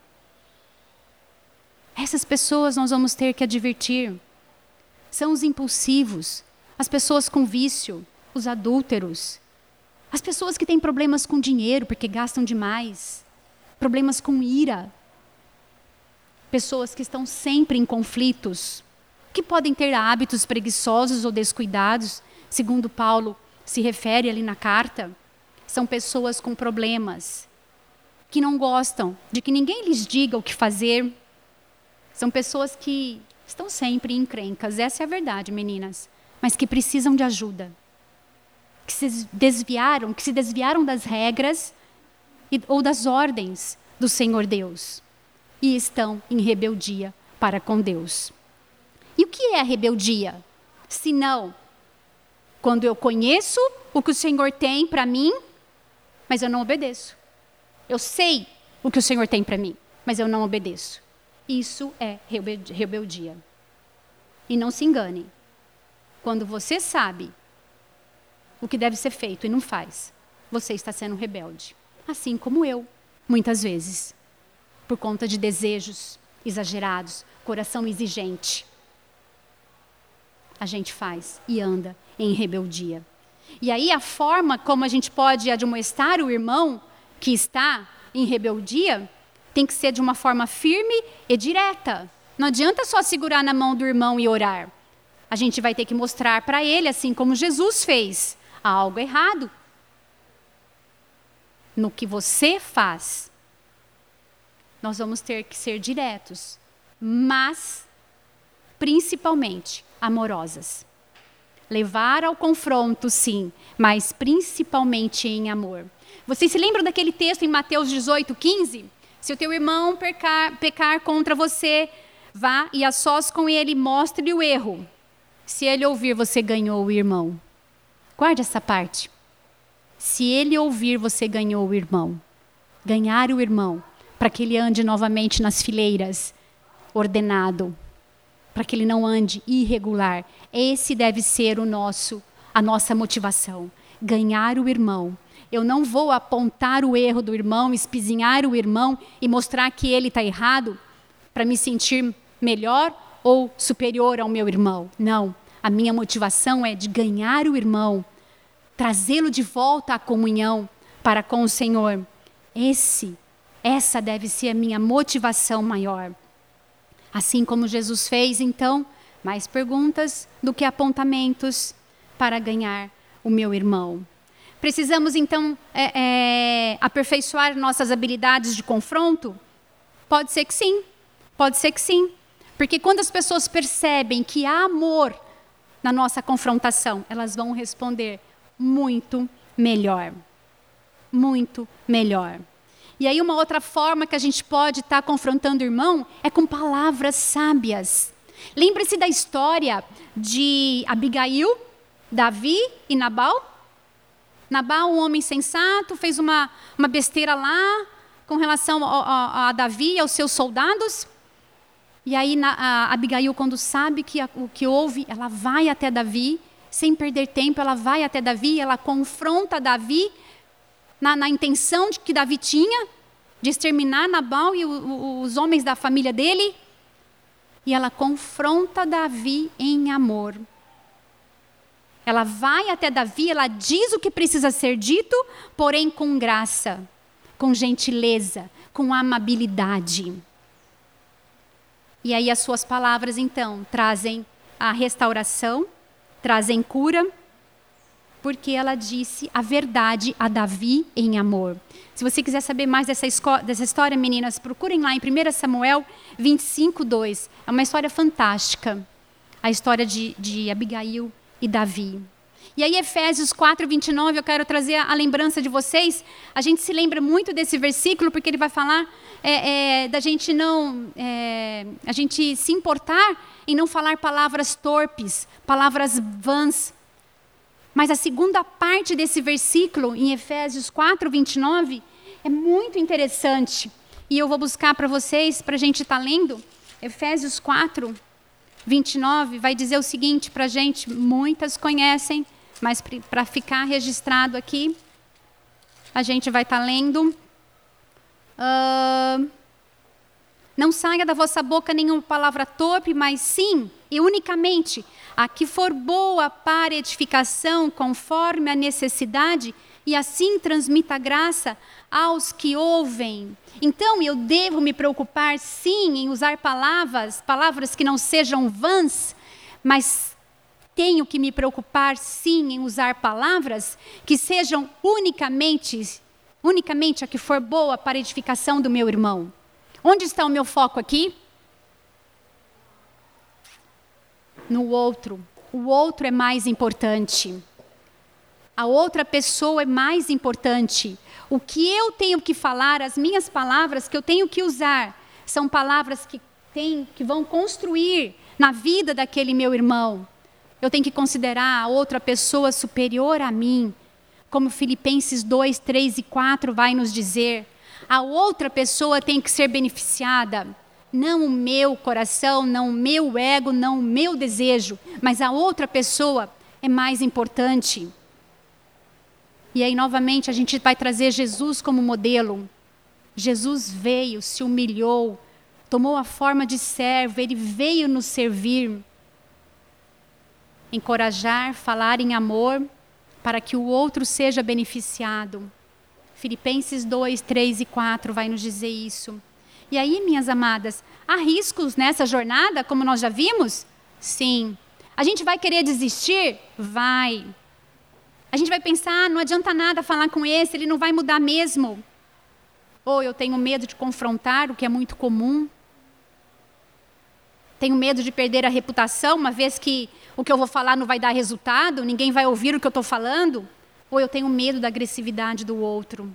Essas pessoas nós vamos ter que advertir. São os impulsivos, as pessoas com vício, os adúlteros, as pessoas que têm problemas com dinheiro porque gastam demais, problemas com ira, pessoas que estão sempre em conflitos, que podem ter hábitos preguiçosos ou descuidados, segundo Paulo se refere ali na carta. São pessoas com problemas, que não gostam de que ninguém lhes diga o que fazer. São pessoas que estão sempre em encrencas, essa é a verdade, meninas, mas que precisam de ajuda. Que se desviaram, que se desviaram das regras e, ou das ordens do Senhor Deus. E estão em rebeldia para com Deus. E o que é a rebeldia? Se não, quando eu conheço o que o Senhor tem para mim, mas eu não obedeço. Eu sei o que o Senhor tem para mim, mas eu não obedeço. Isso é rebeldia. E não se engane. Quando você sabe o que deve ser feito e não faz, você está sendo rebelde. Assim como eu, muitas vezes. Por conta de desejos exagerados, coração exigente. A gente faz e anda em rebeldia. E aí a forma como a gente pode admoestar o irmão que está em rebeldia tem que ser de uma forma firme e direta. Não adianta só segurar na mão do irmão e orar. A gente vai ter que mostrar para ele, assim como Jesus fez, há algo errado no que você faz. Nós vamos ter que ser diretos, mas principalmente amorosas. Levar ao confronto, sim, mas principalmente em amor. Vocês se lembram daquele texto em Mateus dezoito, quinze? Se o teu irmão pecar, pecar contra você, vá e a sós com ele, mostre-lhe o erro. Se ele ouvir, você ganhou o irmão. Guarde essa parte. Se ele ouvir, você ganhou o irmão. Ganhar o irmão, para que ele ande novamente nas fileiras, ordenado, para que ele não ande irregular. Esse deve ser o nosso, a nossa motivação. Ganhar o irmão. Eu não vou apontar o erro do irmão, espizinhar o irmão e mostrar que ele está errado para me sentir melhor ou superior ao meu irmão. Não. A minha motivação é de ganhar o irmão, trazê-lo de volta à comunhão para com o Senhor. Esse, essa deve ser a minha motivação maior. Assim como Jesus fez, então, mais perguntas do que apontamentos para ganhar o meu irmão. Precisamos, então, é, é, aperfeiçoar nossas habilidades de confronto? Pode ser que sim, pode ser que sim. Porque quando as pessoas percebem que há amor na nossa confrontação, elas vão responder muito melhor. Muito melhor. E aí uma outra forma que a gente pode estar confrontando o irmão é com palavras sábias. Lembre-se da história de Abigail, Davi e Nabal. Nabal, um homem sensato, fez uma, uma besteira lá com relação a, a, a Davi e aos seus soldados. E aí na, a Abigail, quando sabe que a, o que houve, ela vai até Davi, sem perder tempo, ela vai até Davi, ela confronta Davi na, na intenção de que Davi tinha, de exterminar Nabal e o, o, os homens da família dele. E ela confronta Davi em amor. Ela vai até Davi, ela diz o que precisa ser dito, porém com graça, com gentileza, com amabilidade. E aí as suas palavras, então, trazem a restauração, trazem cura, porque ela disse a verdade a Davi em amor. Se você quiser saber mais dessa, dessa história, meninas, procurem lá em primeiro Samuel vinte e cinco, dois. É uma história fantástica, a história de, de Abigail e Davi. E aí Efésios quatro, vinte e nove, eu quero trazer a lembrança de vocês. A gente se lembra muito desse versículo, porque ele vai falar é, é, da gente não, é, a gente se importar em não falar palavras torpes, palavras vãs. Mas a segunda parte desse versículo, em Efésios quatro, vinte e nove, é muito interessante. E eu vou buscar para vocês, para a gente estar lendo. Efésios quatro, vinte e nove, vai dizer o seguinte para a gente, muitas conhecem, mas para ficar registrado aqui, a gente vai estar lendo. Uh, não saia da vossa boca nenhuma palavra torpe, mas sim, e unicamente, a que for boa para edificação, conforme a necessidade, e assim transmita graça aos que ouvem. Então, eu devo me preocupar, sim, em usar palavras, palavras que não sejam vãs, mas tenho que me preocupar, sim, em usar palavras que sejam unicamente, unicamente a que for boa para a edificação do meu irmão. Onde está o meu foco aqui? No outro. O outro é mais importante. A outra pessoa é mais importante. O que eu tenho que falar, as minhas palavras que eu tenho que usar, são palavras que têm, que vão construir na vida daquele meu irmão. Eu tenho que considerar a outra pessoa superior a mim, como Filipenses dois, três e quatro vai nos dizer. A outra pessoa tem que ser beneficiada, não o meu coração, não o meu ego, não o meu desejo, mas a outra pessoa é mais importante. E aí, novamente, a gente vai trazer Jesus como modelo. Jesus veio, se humilhou, tomou a forma de servo, ele veio nos servir. Encorajar, falar em amor, para que o outro seja beneficiado. Filipenses dois, três e quatro vai nos dizer isso. E aí, minhas amadas, há riscos nessa jornada, como nós já vimos? Sim. A gente vai querer desistir? Vai. A gente vai pensar, ah, não adianta nada falar com esse, ele não vai mudar mesmo. Ou eu tenho medo de confrontar, o que é muito comum. Tenho medo de perder a reputação, uma vez que o que eu vou falar não vai dar resultado, ninguém vai ouvir o que eu estou falando. Ou eu tenho medo da agressividade do outro.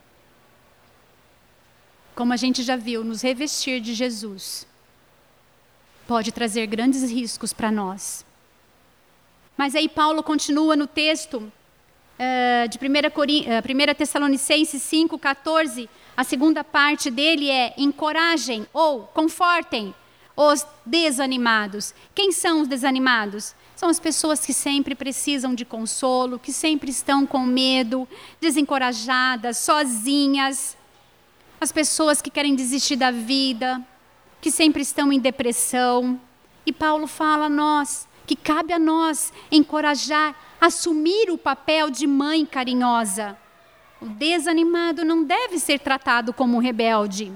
Como a gente já viu, nos revestir de Jesus pode trazer grandes riscos para nós. Mas aí Paulo continua no texto uh, de primeira Tessalonicenses cinco, quatorze. A segunda parte dele é: encorajem ou confortem os desanimados. Quem são os desanimados? São as pessoas que sempre precisam de consolo, que sempre estão com medo, desencorajadas, sozinhas. As pessoas que querem desistir da vida, que sempre estão em depressão. E Paulo fala a nós, que cabe a nós encorajar, assumir o papel de mãe carinhosa. O desanimado não deve ser tratado como um rebelde.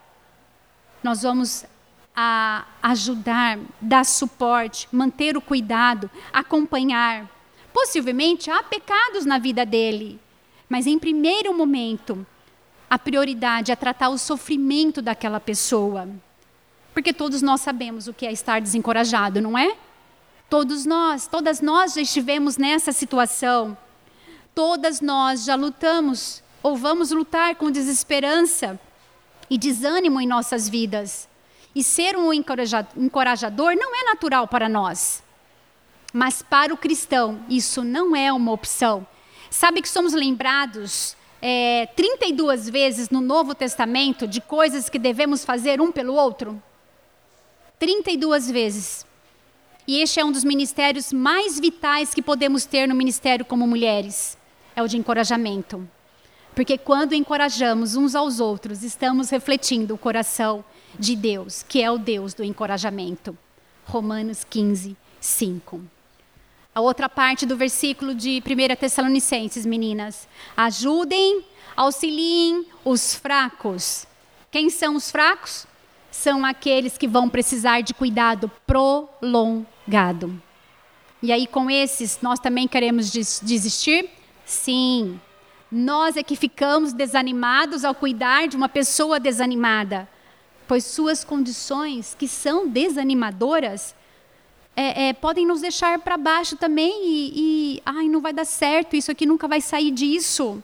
Nós vamos a ajudar, dar suporte, manter o cuidado, acompanhar. Possivelmente há pecados na vida dele, mas em primeiro momento, a prioridade é tratar o sofrimento daquela pessoa. Porque todos nós sabemos o que é estar desencorajado, não é? Todos nós, todas nós já estivemos nessa situação. Todas nós já lutamos, ou vamos lutar com desesperança e desânimo em nossas vidas. E ser um encorajador não é natural para nós. Mas para o cristão, isso não é uma opção. Sabe que somos lembrados é, trinta e duas vezes no Novo Testamento de coisas que devemos fazer um pelo outro? trinta e duas vezes. E este é um dos ministérios mais vitais que podemos ter no ministério como mulheres. É o de encorajamento. Porque quando encorajamos uns aos outros, estamos refletindo o coração de Deus, que é o Deus do encorajamento. Romanos quinze, cinco. A outra parte do versículo de primeira Tessalonicenses, meninas. Ajudem, auxiliem os fracos. Quem são os fracos? São aqueles que vão precisar de cuidado prolongado. E aí com esses, nós também queremos desistir? Sim. Nós é que ficamos desanimados ao cuidar de uma pessoa desanimada. Pois suas condições, que são desanimadoras, é, é, podem nos deixar para baixo também e, e ai, não vai dar certo, isso aqui nunca vai sair disso.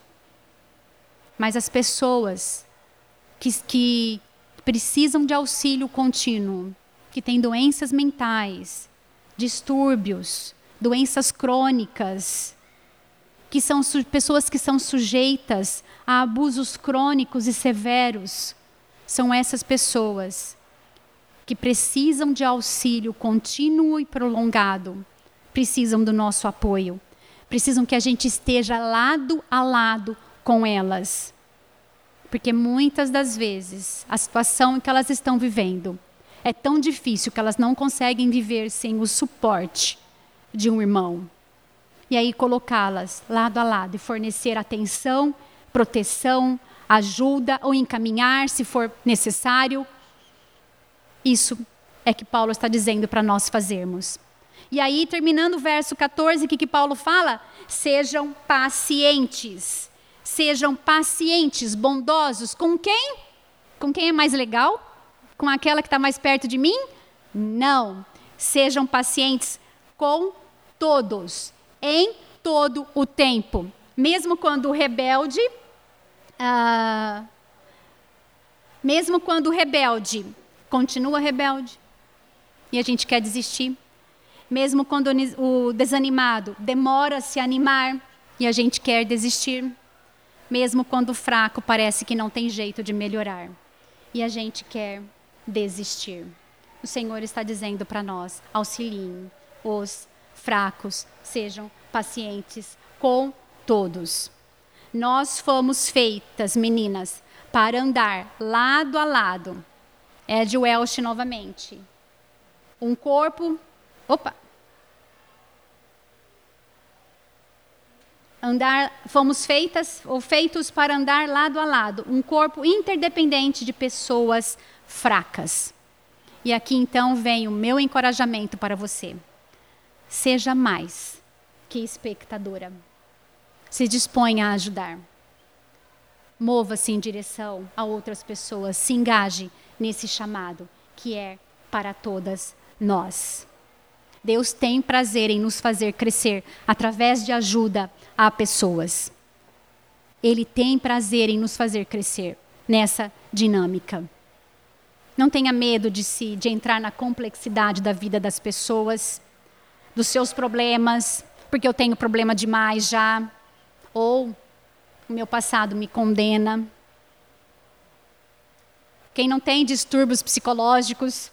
Mas as pessoas que, que precisam de auxílio contínuo, que têm doenças mentais, distúrbios, doenças crônicas, que são pessoas que são sujeitas a abusos crônicos e severos, são essas pessoas que precisam de auxílio contínuo e prolongado, precisam do nosso apoio, precisam que a gente esteja lado a lado com elas. Porque muitas das vezes a situação em que elas estão vivendo é tão difícil que elas não conseguem viver sem o suporte de um irmão. E aí colocá-las lado a lado e fornecer atenção, proteção, ajuda ou encaminhar se for necessário. Isso é que Paulo está dizendo para nós fazermos. E aí, terminando o verso quatorze, o que, que Paulo fala? Sejam pacientes. Sejam pacientes, bondosos. Com quem? Com quem é mais legal? Com aquela que está mais perto de mim? Não. Sejam pacientes com todos, em todo o tempo. Mesmo quando o rebelde... Ah, mesmo quando o rebelde continua rebelde e a gente quer desistir. Mesmo quando o desanimado demora a se animar e a gente quer desistir. Mesmo quando o fraco parece que não tem jeito de melhorar e a gente quer desistir. O Senhor está dizendo para nós: auxiliem os fracos, sejam pacientes com todos. Nós fomos feitas, meninas, para andar lado a lado. Ed Welch novamente. Um corpo... Opa! Andar, fomos feitas ou feitos para andar lado a lado. Um corpo interdependente de pessoas fracas. E aqui então vem o meu encorajamento para você. Seja mais que espectadora. Se disponha a ajudar. Mova-se em direção a outras pessoas. Se engaje nesse chamado que é para todas nós. Deus tem prazer em nos fazer crescer através de ajuda a pessoas. Ele tem prazer em nos fazer crescer nessa dinâmica. Não tenha medo de, se, de entrar na complexidade da vida das pessoas, dos seus problemas, porque eu tenho problema demais já, ou o meu passado me condena. Quem não tem distúrbios psicológicos,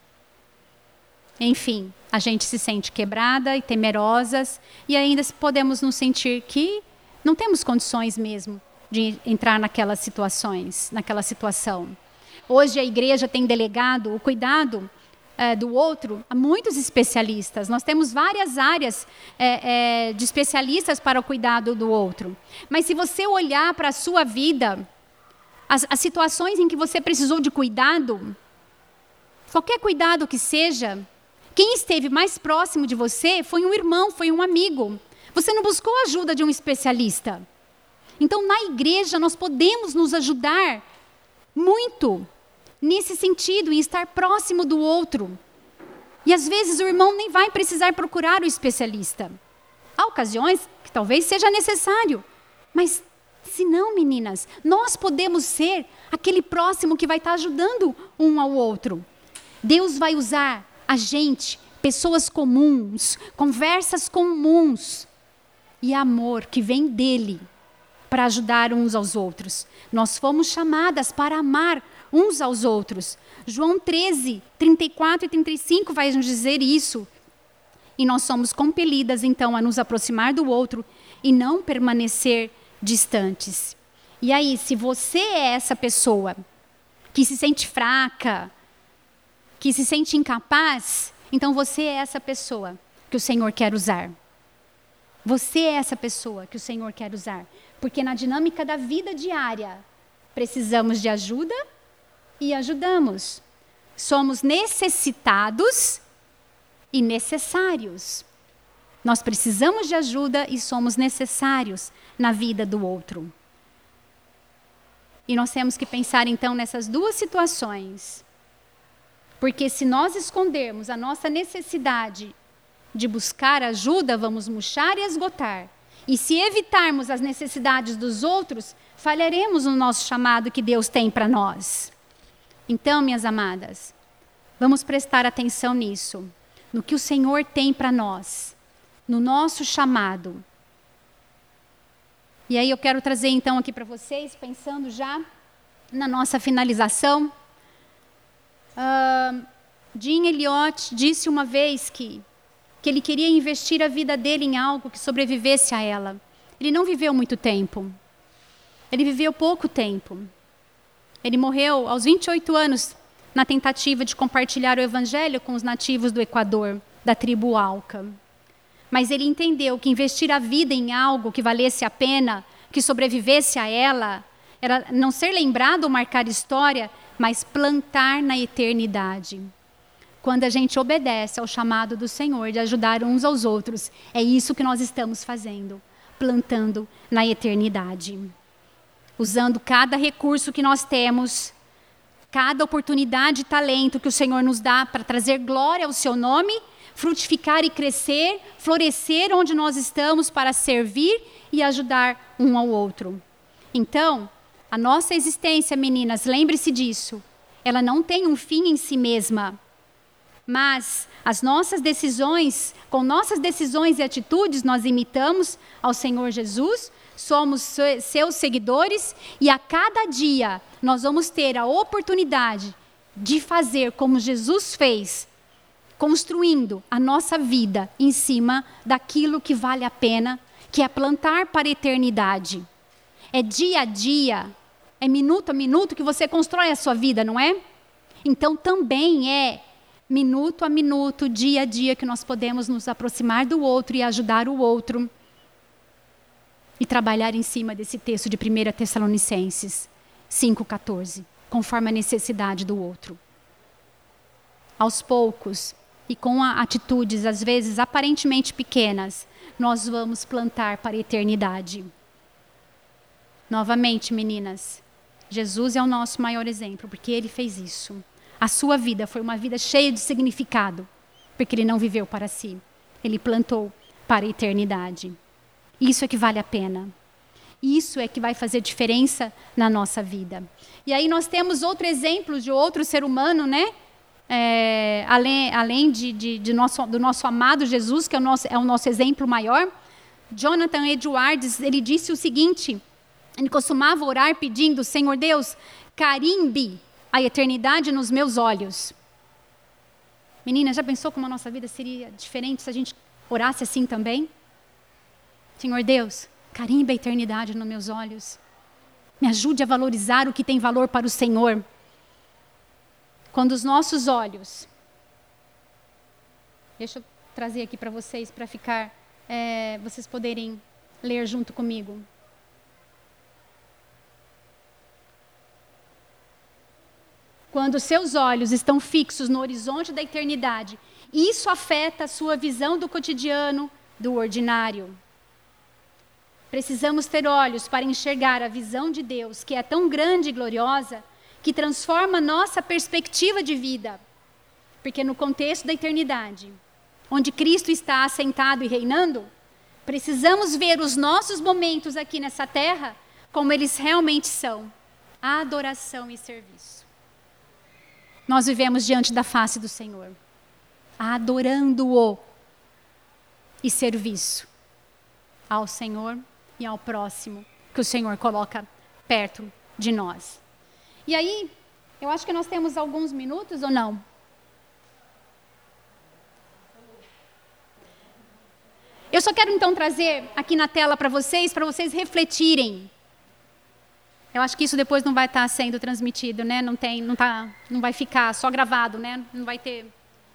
enfim, a gente se sente quebrada e temerosas e ainda podemos nos sentir que não temos condições mesmo de entrar naquelas situações, naquela situação. Hoje a igreja tem delegado o cuidado é, do outro a muitos especialistas. Nós temos várias áreas é, é, de especialistas para o cuidado do outro. Mas se você olhar para a sua vida, as, as situações em que você precisou de cuidado, qualquer cuidado que seja, quem esteve mais próximo de você foi um irmão, foi um amigo. Você não buscou a ajuda de um especialista. Então, na igreja, nós podemos nos ajudar muito nesse sentido, em estar próximo do outro. E, às vezes, o irmão nem vai precisar procurar o especialista. Há ocasiões que talvez seja necessário. Mas, se não, meninas, nós podemos ser aquele próximo que vai estar ajudando um ao outro. Deus vai usar a gente, pessoas comuns, conversas comuns e amor que vem dele para ajudar uns aos outros. Nós fomos chamadas para amar uns aos outros. João treze, trinta e quatro e trinta e cinco vai nos dizer isso. E nós somos compelidas então a nos aproximar do outro e não permanecer distantes. E aí, se você é essa pessoa que se sente fraca, que se sente incapaz, então você é essa pessoa que o Senhor quer usar. Você é essa pessoa que o Senhor quer usar. Porque na dinâmica da vida diária, precisamos de ajuda e ajudamos. Somos necessitados e necessários. Nós precisamos de ajuda e somos necessários na vida do outro. E nós temos que pensar então nessas duas situações. Porque se nós escondermos a nossa necessidade de buscar ajuda, vamos murchar e esgotar. E se evitarmos as necessidades dos outros, falharemos no nosso chamado que Deus tem para nós. Então, minhas amadas, vamos prestar atenção nisso, no que o Senhor tem para nós, no nosso chamado. E aí eu quero trazer então aqui para vocês, pensando já na nossa finalização. Uh, Jim Elliot disse uma vez que, que ele queria investir a vida dele em algo que sobrevivesse a ela. Ele não viveu muito tempo. Ele viveu pouco tempo. Ele morreu aos vinte e oito anos na tentativa de compartilhar o evangelho com os nativos do Equador, da tribo Auca. Mas ele entendeu que investir a vida em algo que valesse a pena, que sobrevivesse a ela, era não ser lembrado ou marcar história, mas plantar na eternidade. Quando a gente obedece ao chamado do Senhor de ajudar uns aos outros, é isso que nós estamos fazendo, plantando na eternidade. Usando cada recurso que nós temos, cada oportunidade e talento que o Senhor nos dá para trazer glória ao seu nome, frutificar e crescer, florescer onde nós estamos para servir e ajudar um ao outro. Então, a nossa existência, meninas, lembre-se disso, ela não tem um fim em si mesma. Mas as nossas decisões, com nossas decisões e atitudes, nós imitamos ao Senhor Jesus, somos seus seguidores e a cada dia nós vamos ter a oportunidade de fazer como Jesus fez, construindo a nossa vida em cima daquilo que vale a pena, que é plantar para a eternidade. É dia a dia, é minuto a minuto que você constrói a sua vida, não é? Então também é minuto a minuto, dia a dia, que nós podemos nos aproximar do outro e ajudar o outro. E trabalhar em cima desse texto de primeira Tessalonicenses cinco, quatorze, conforme a necessidade do outro. Aos poucos, e com atitudes, às vezes, aparentemente pequenas, nós vamos plantar para a eternidade. Novamente, meninas, Jesus é o nosso maior exemplo, porque Ele fez isso. A sua vida foi uma vida cheia de significado, porque Ele não viveu para si. Ele plantou para a eternidade. Isso é que vale a pena. Isso é que vai fazer diferença na nossa vida. E aí nós temos outro exemplo de outro ser humano, né? É, além além de, de, de nosso, do nosso amado Jesus, que é o nosso, é o nosso exemplo maior. Jonathan Edwards, ele disse o seguinte, ele costumava orar pedindo: Senhor Deus, carimbe a eternidade nos meus olhos. Menina, já pensou como a nossa vida seria diferente se a gente orasse assim também? Senhor Deus, carimbe a eternidade nos meus olhos. Me ajude a valorizar o que tem valor para o Senhor. Quando os nossos olhos... Deixa eu trazer aqui para vocês, para ficar... É, vocês poderem ler junto comigo. Quando seus olhos estão fixos no horizonte da eternidade, isso afeta a sua visão do cotidiano, do ordinário. Precisamos ter olhos para enxergar a visão de Deus, que é tão grande e gloriosa, que transforma nossa perspectiva de vida. Porque no contexto da eternidade, onde Cristo está assentado e reinando, precisamos ver os nossos momentos aqui nessa terra como eles realmente são: adoração e serviço. Nós vivemos diante da face do Senhor, adorando-o e serviço ao Senhor e ao próximo que o Senhor coloca perto de nós. E aí, eu acho que nós temos alguns minutos ou não? Eu só quero então trazer aqui na tela para vocês, para vocês refletirem. Eu acho que isso depois não vai estar sendo transmitido, né? Não tem, não tá, não vai ficar só gravado, né? Não vai ter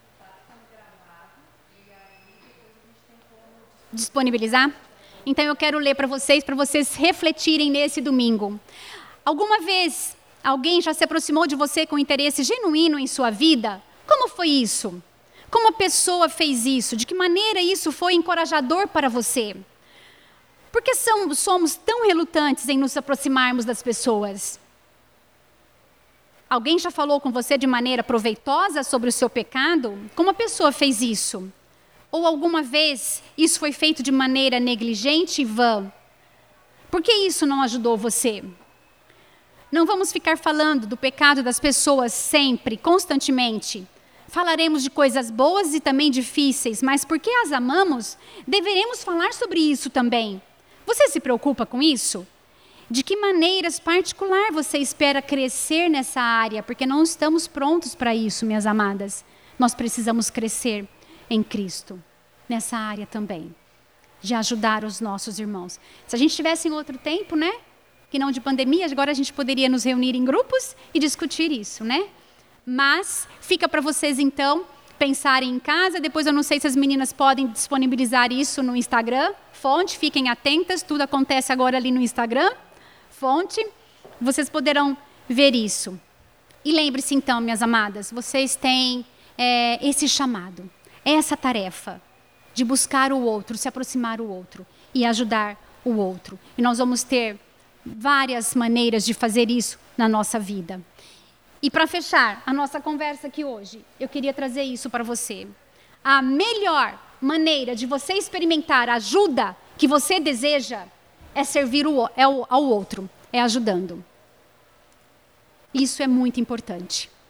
disponibilizar. Então eu quero ler para vocês, para vocês refletirem nesse domingo. Alguma vez alguém já se aproximou de você com interesse genuíno em sua vida? Como foi isso? Como a pessoa fez isso? De que maneira isso foi encorajador para você? Por que somos tão relutantes em nos aproximarmos das pessoas? Alguém já falou com você de maneira proveitosa sobre o seu pecado? Como a pessoa fez isso? Ou alguma vez isso foi feito de maneira negligente e vã? Por que isso não ajudou você? Não vamos ficar falando do pecado das pessoas sempre, constantemente. Falaremos de coisas boas e também difíceis, mas porque as amamos, deveremos falar sobre isso também. Você se preocupa com isso? De que maneiras particular você espera crescer nessa área? Porque não estamos prontos para isso, minhas amadas. Nós precisamos crescer em Cristo, nessa área também, de ajudar os nossos irmãos. Se a gente tivesse em outro tempo, né? Que não de pandemia, agora a gente poderia nos reunir em grupos e discutir isso, né? Mas fica para vocês, então, pensarem em casa. Depois eu não sei se as meninas podem disponibilizar isso no Instagram. Fonte, fiquem atentas, tudo acontece agora ali no Instagram. Fonte, vocês poderão ver isso. E lembre-se então, minhas amadas, vocês têm é, esse chamado, essa tarefa de buscar o outro, se aproximar o outro e ajudar o outro. E nós vamos ter várias maneiras de fazer isso na nossa vida. E para fechar a nossa conversa aqui hoje, eu queria trazer isso para você. A melhor maneira de você experimentar a ajuda que você deseja é servir o, é o, ao outro, é ajudando. Isso é muito importante.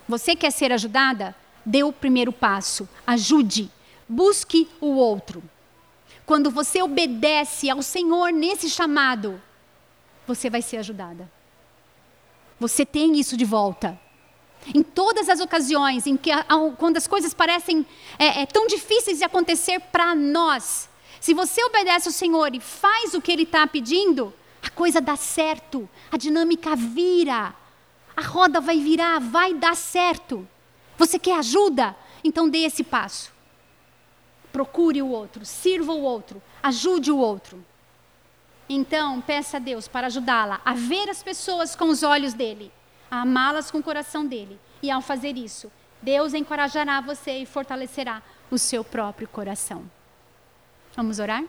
Você quer ser ajudada? Dê o primeiro passo. Ajude. Busque o outro. Quando você obedece ao Senhor nesse chamado, você vai ser ajudada. Você tem isso de volta. Em todas as ocasiões em que, quando as coisas parecem é, é, tão difíceis de acontecer para nós, se você obedece ao Senhor e faz o que Ele está pedindo, a coisa dá certo, a dinâmica vira, a roda vai virar, vai dar certo. Você quer ajuda? Então dê esse passo. Procure o outro, sirva o outro, ajude o outro. Então, peça a Deus para ajudá-la a ver as pessoas com os olhos dele, a amá-las com o coração dele. E ao fazer isso, Deus encorajará você e fortalecerá o seu próprio coração. Vamos orar?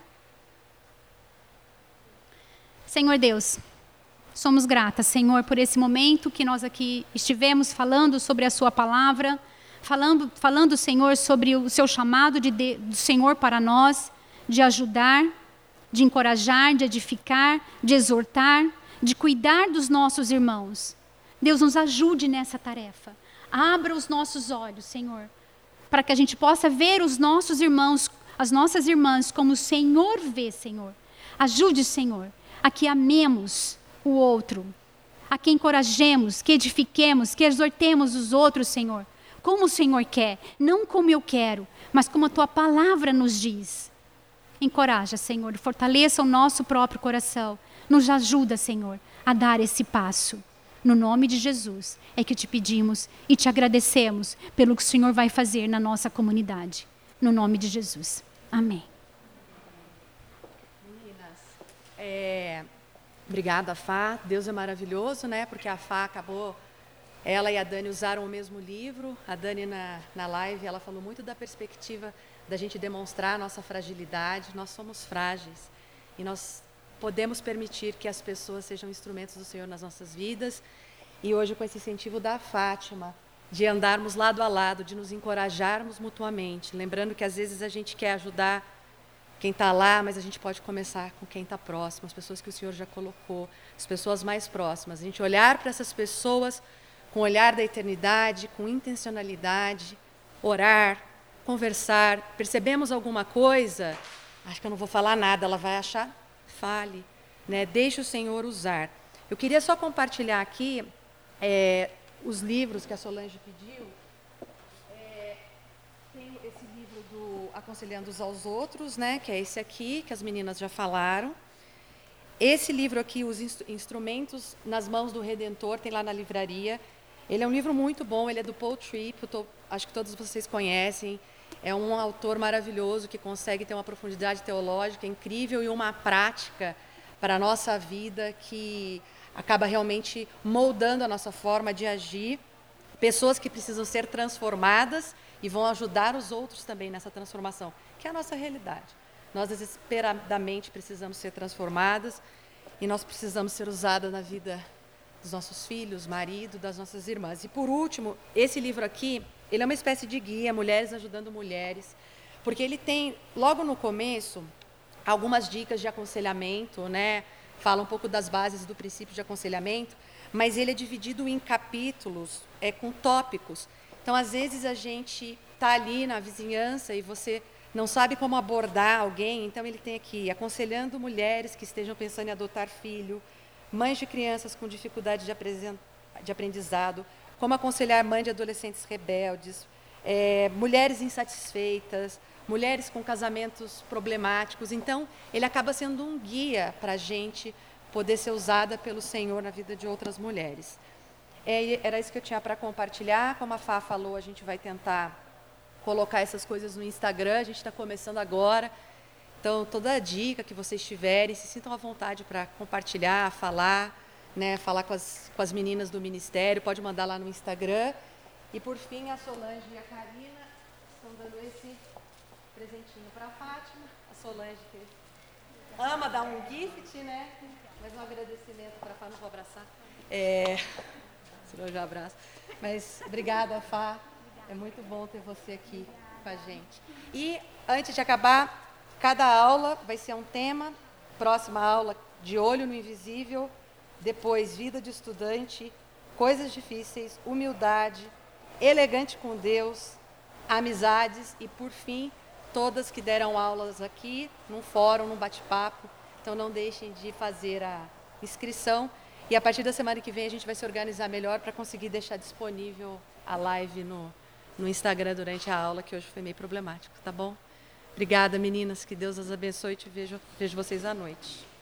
Senhor Deus, somos gratas, Senhor, por esse momento que nós aqui estivemos falando sobre a sua palavra, falando, falando Senhor, sobre o seu chamado de, de, do Senhor para nós, de ajudar, de encorajar, de edificar, de exortar, de cuidar dos nossos irmãos. Deus, nos ajude nessa tarefa. Abra os nossos olhos, Senhor, para que a gente possa ver os nossos irmãos, as nossas irmãs, como o Senhor vê, Senhor. Ajude, Senhor, a que amemos o outro, a que encorajemos, que edifiquemos, que exortemos os outros, Senhor, como o Senhor quer, não como eu quero, mas como a Tua palavra nos diz. Encoraja, Senhor, fortaleça o nosso próprio coração. Nos ajuda, Senhor, a dar esse passo. No nome de Jesus é que te pedimos e te agradecemos pelo que o Senhor vai fazer na nossa comunidade. No nome de Jesus. Amém. Meninas, é, obrigada, Fá. Deus é maravilhoso, né? Porque a Fá acabou... Ela e a Dani usaram o mesmo livro. A Dani, na, na live, ela falou muito da perspectiva da gente demonstrar a nossa fragilidade. Nós somos frágeis e nós podemos permitir que as pessoas sejam instrumentos do Senhor nas nossas vidas. E hoje, com esse incentivo da Fátima, de andarmos lado a lado, de nos encorajarmos mutuamente. Lembrando que, às vezes, a gente quer ajudar quem está lá, mas a gente pode começar com quem está próximo, as pessoas que o Senhor já colocou, as pessoas mais próximas. A gente olhar para essas pessoas com o olhar da eternidade, com intencionalidade, orar, conversar. Percebemos alguma coisa? Acho que eu não vou falar nada, ela vai achar? Fale, né? Deixe o Senhor usar. Eu queria só compartilhar aqui é, os livros que a Solange pediu. É, tem esse livro do Aconselhando uns aos Outros, né? Que é esse aqui, que as meninas já falaram. Esse livro aqui, Os Instrumentos nas Mãos do Redentor, tem lá na livraria. Ele é um livro muito bom, ele é do Paul Tripp, eu tô, acho que todos vocês conhecem. É um autor maravilhoso que consegue ter uma profundidade teológica incrível e uma prática para a nossa vida que acaba realmente moldando a nossa forma de agir. Pessoas que precisam ser transformadas e vão ajudar os outros também nessa transformação, que é a nossa realidade. Nós desesperadamente precisamos ser transformadas e nós precisamos ser usadas na vida dos nossos filhos, marido, das nossas irmãs. E por último, esse livro aqui, ele é uma espécie de guia, Mulheres Ajudando Mulheres, porque ele tem, logo no começo, algumas dicas de aconselhamento, né? Fala um pouco das bases do princípio de aconselhamento, mas ele é dividido em capítulos, é, com tópicos. Então, às vezes, a gente está ali na vizinhança e você não sabe como abordar alguém, então ele tem aqui, aconselhando mulheres que estejam pensando em adotar filho, mães de crianças com dificuldade de, de aprendizado, como aconselhar mães de adolescentes rebeldes, é, mulheres insatisfeitas, mulheres com casamentos problemáticos. Então, ele acaba sendo um guia para a gente poder ser usada pelo Senhor na vida de outras mulheres. É, era isso que eu tinha para compartilhar. Como a Fá falou, a gente vai tentar colocar essas coisas no Instagram, a gente está começando agora. Então, toda a dica que vocês tiverem, se sintam à vontade para compartilhar, falar, né, falar com as, com as meninas do Ministério, pode mandar lá no Instagram. E, por fim, a Solange e a Karina estão dando esse presentinho para a Fátima. A Solange que ama dar um gift, né? Mais um agradecimento para a Fá, não vou abraçar. É, senão eu já abraço. Mas, obrigada, Fá. É muito bom ter você aqui com a gente. E, antes de acabar, cada aula vai ser um tema. Próxima aula, de olho no invisível. Depois, vida de estudante, coisas difíceis, humildade, Elegante com Deus, amizades e, por fim, todas que deram aulas aqui, num fórum, num bate-papo. Então, não deixem de fazer a inscrição. E, a partir da semana que vem, a gente vai se organizar melhor para conseguir deixar disponível a live no, no Instagram durante a aula, que hoje foi meio problemático, tá bom? Obrigada, meninas. Que Deus as abençoe e te vejo, vejo vocês à noite.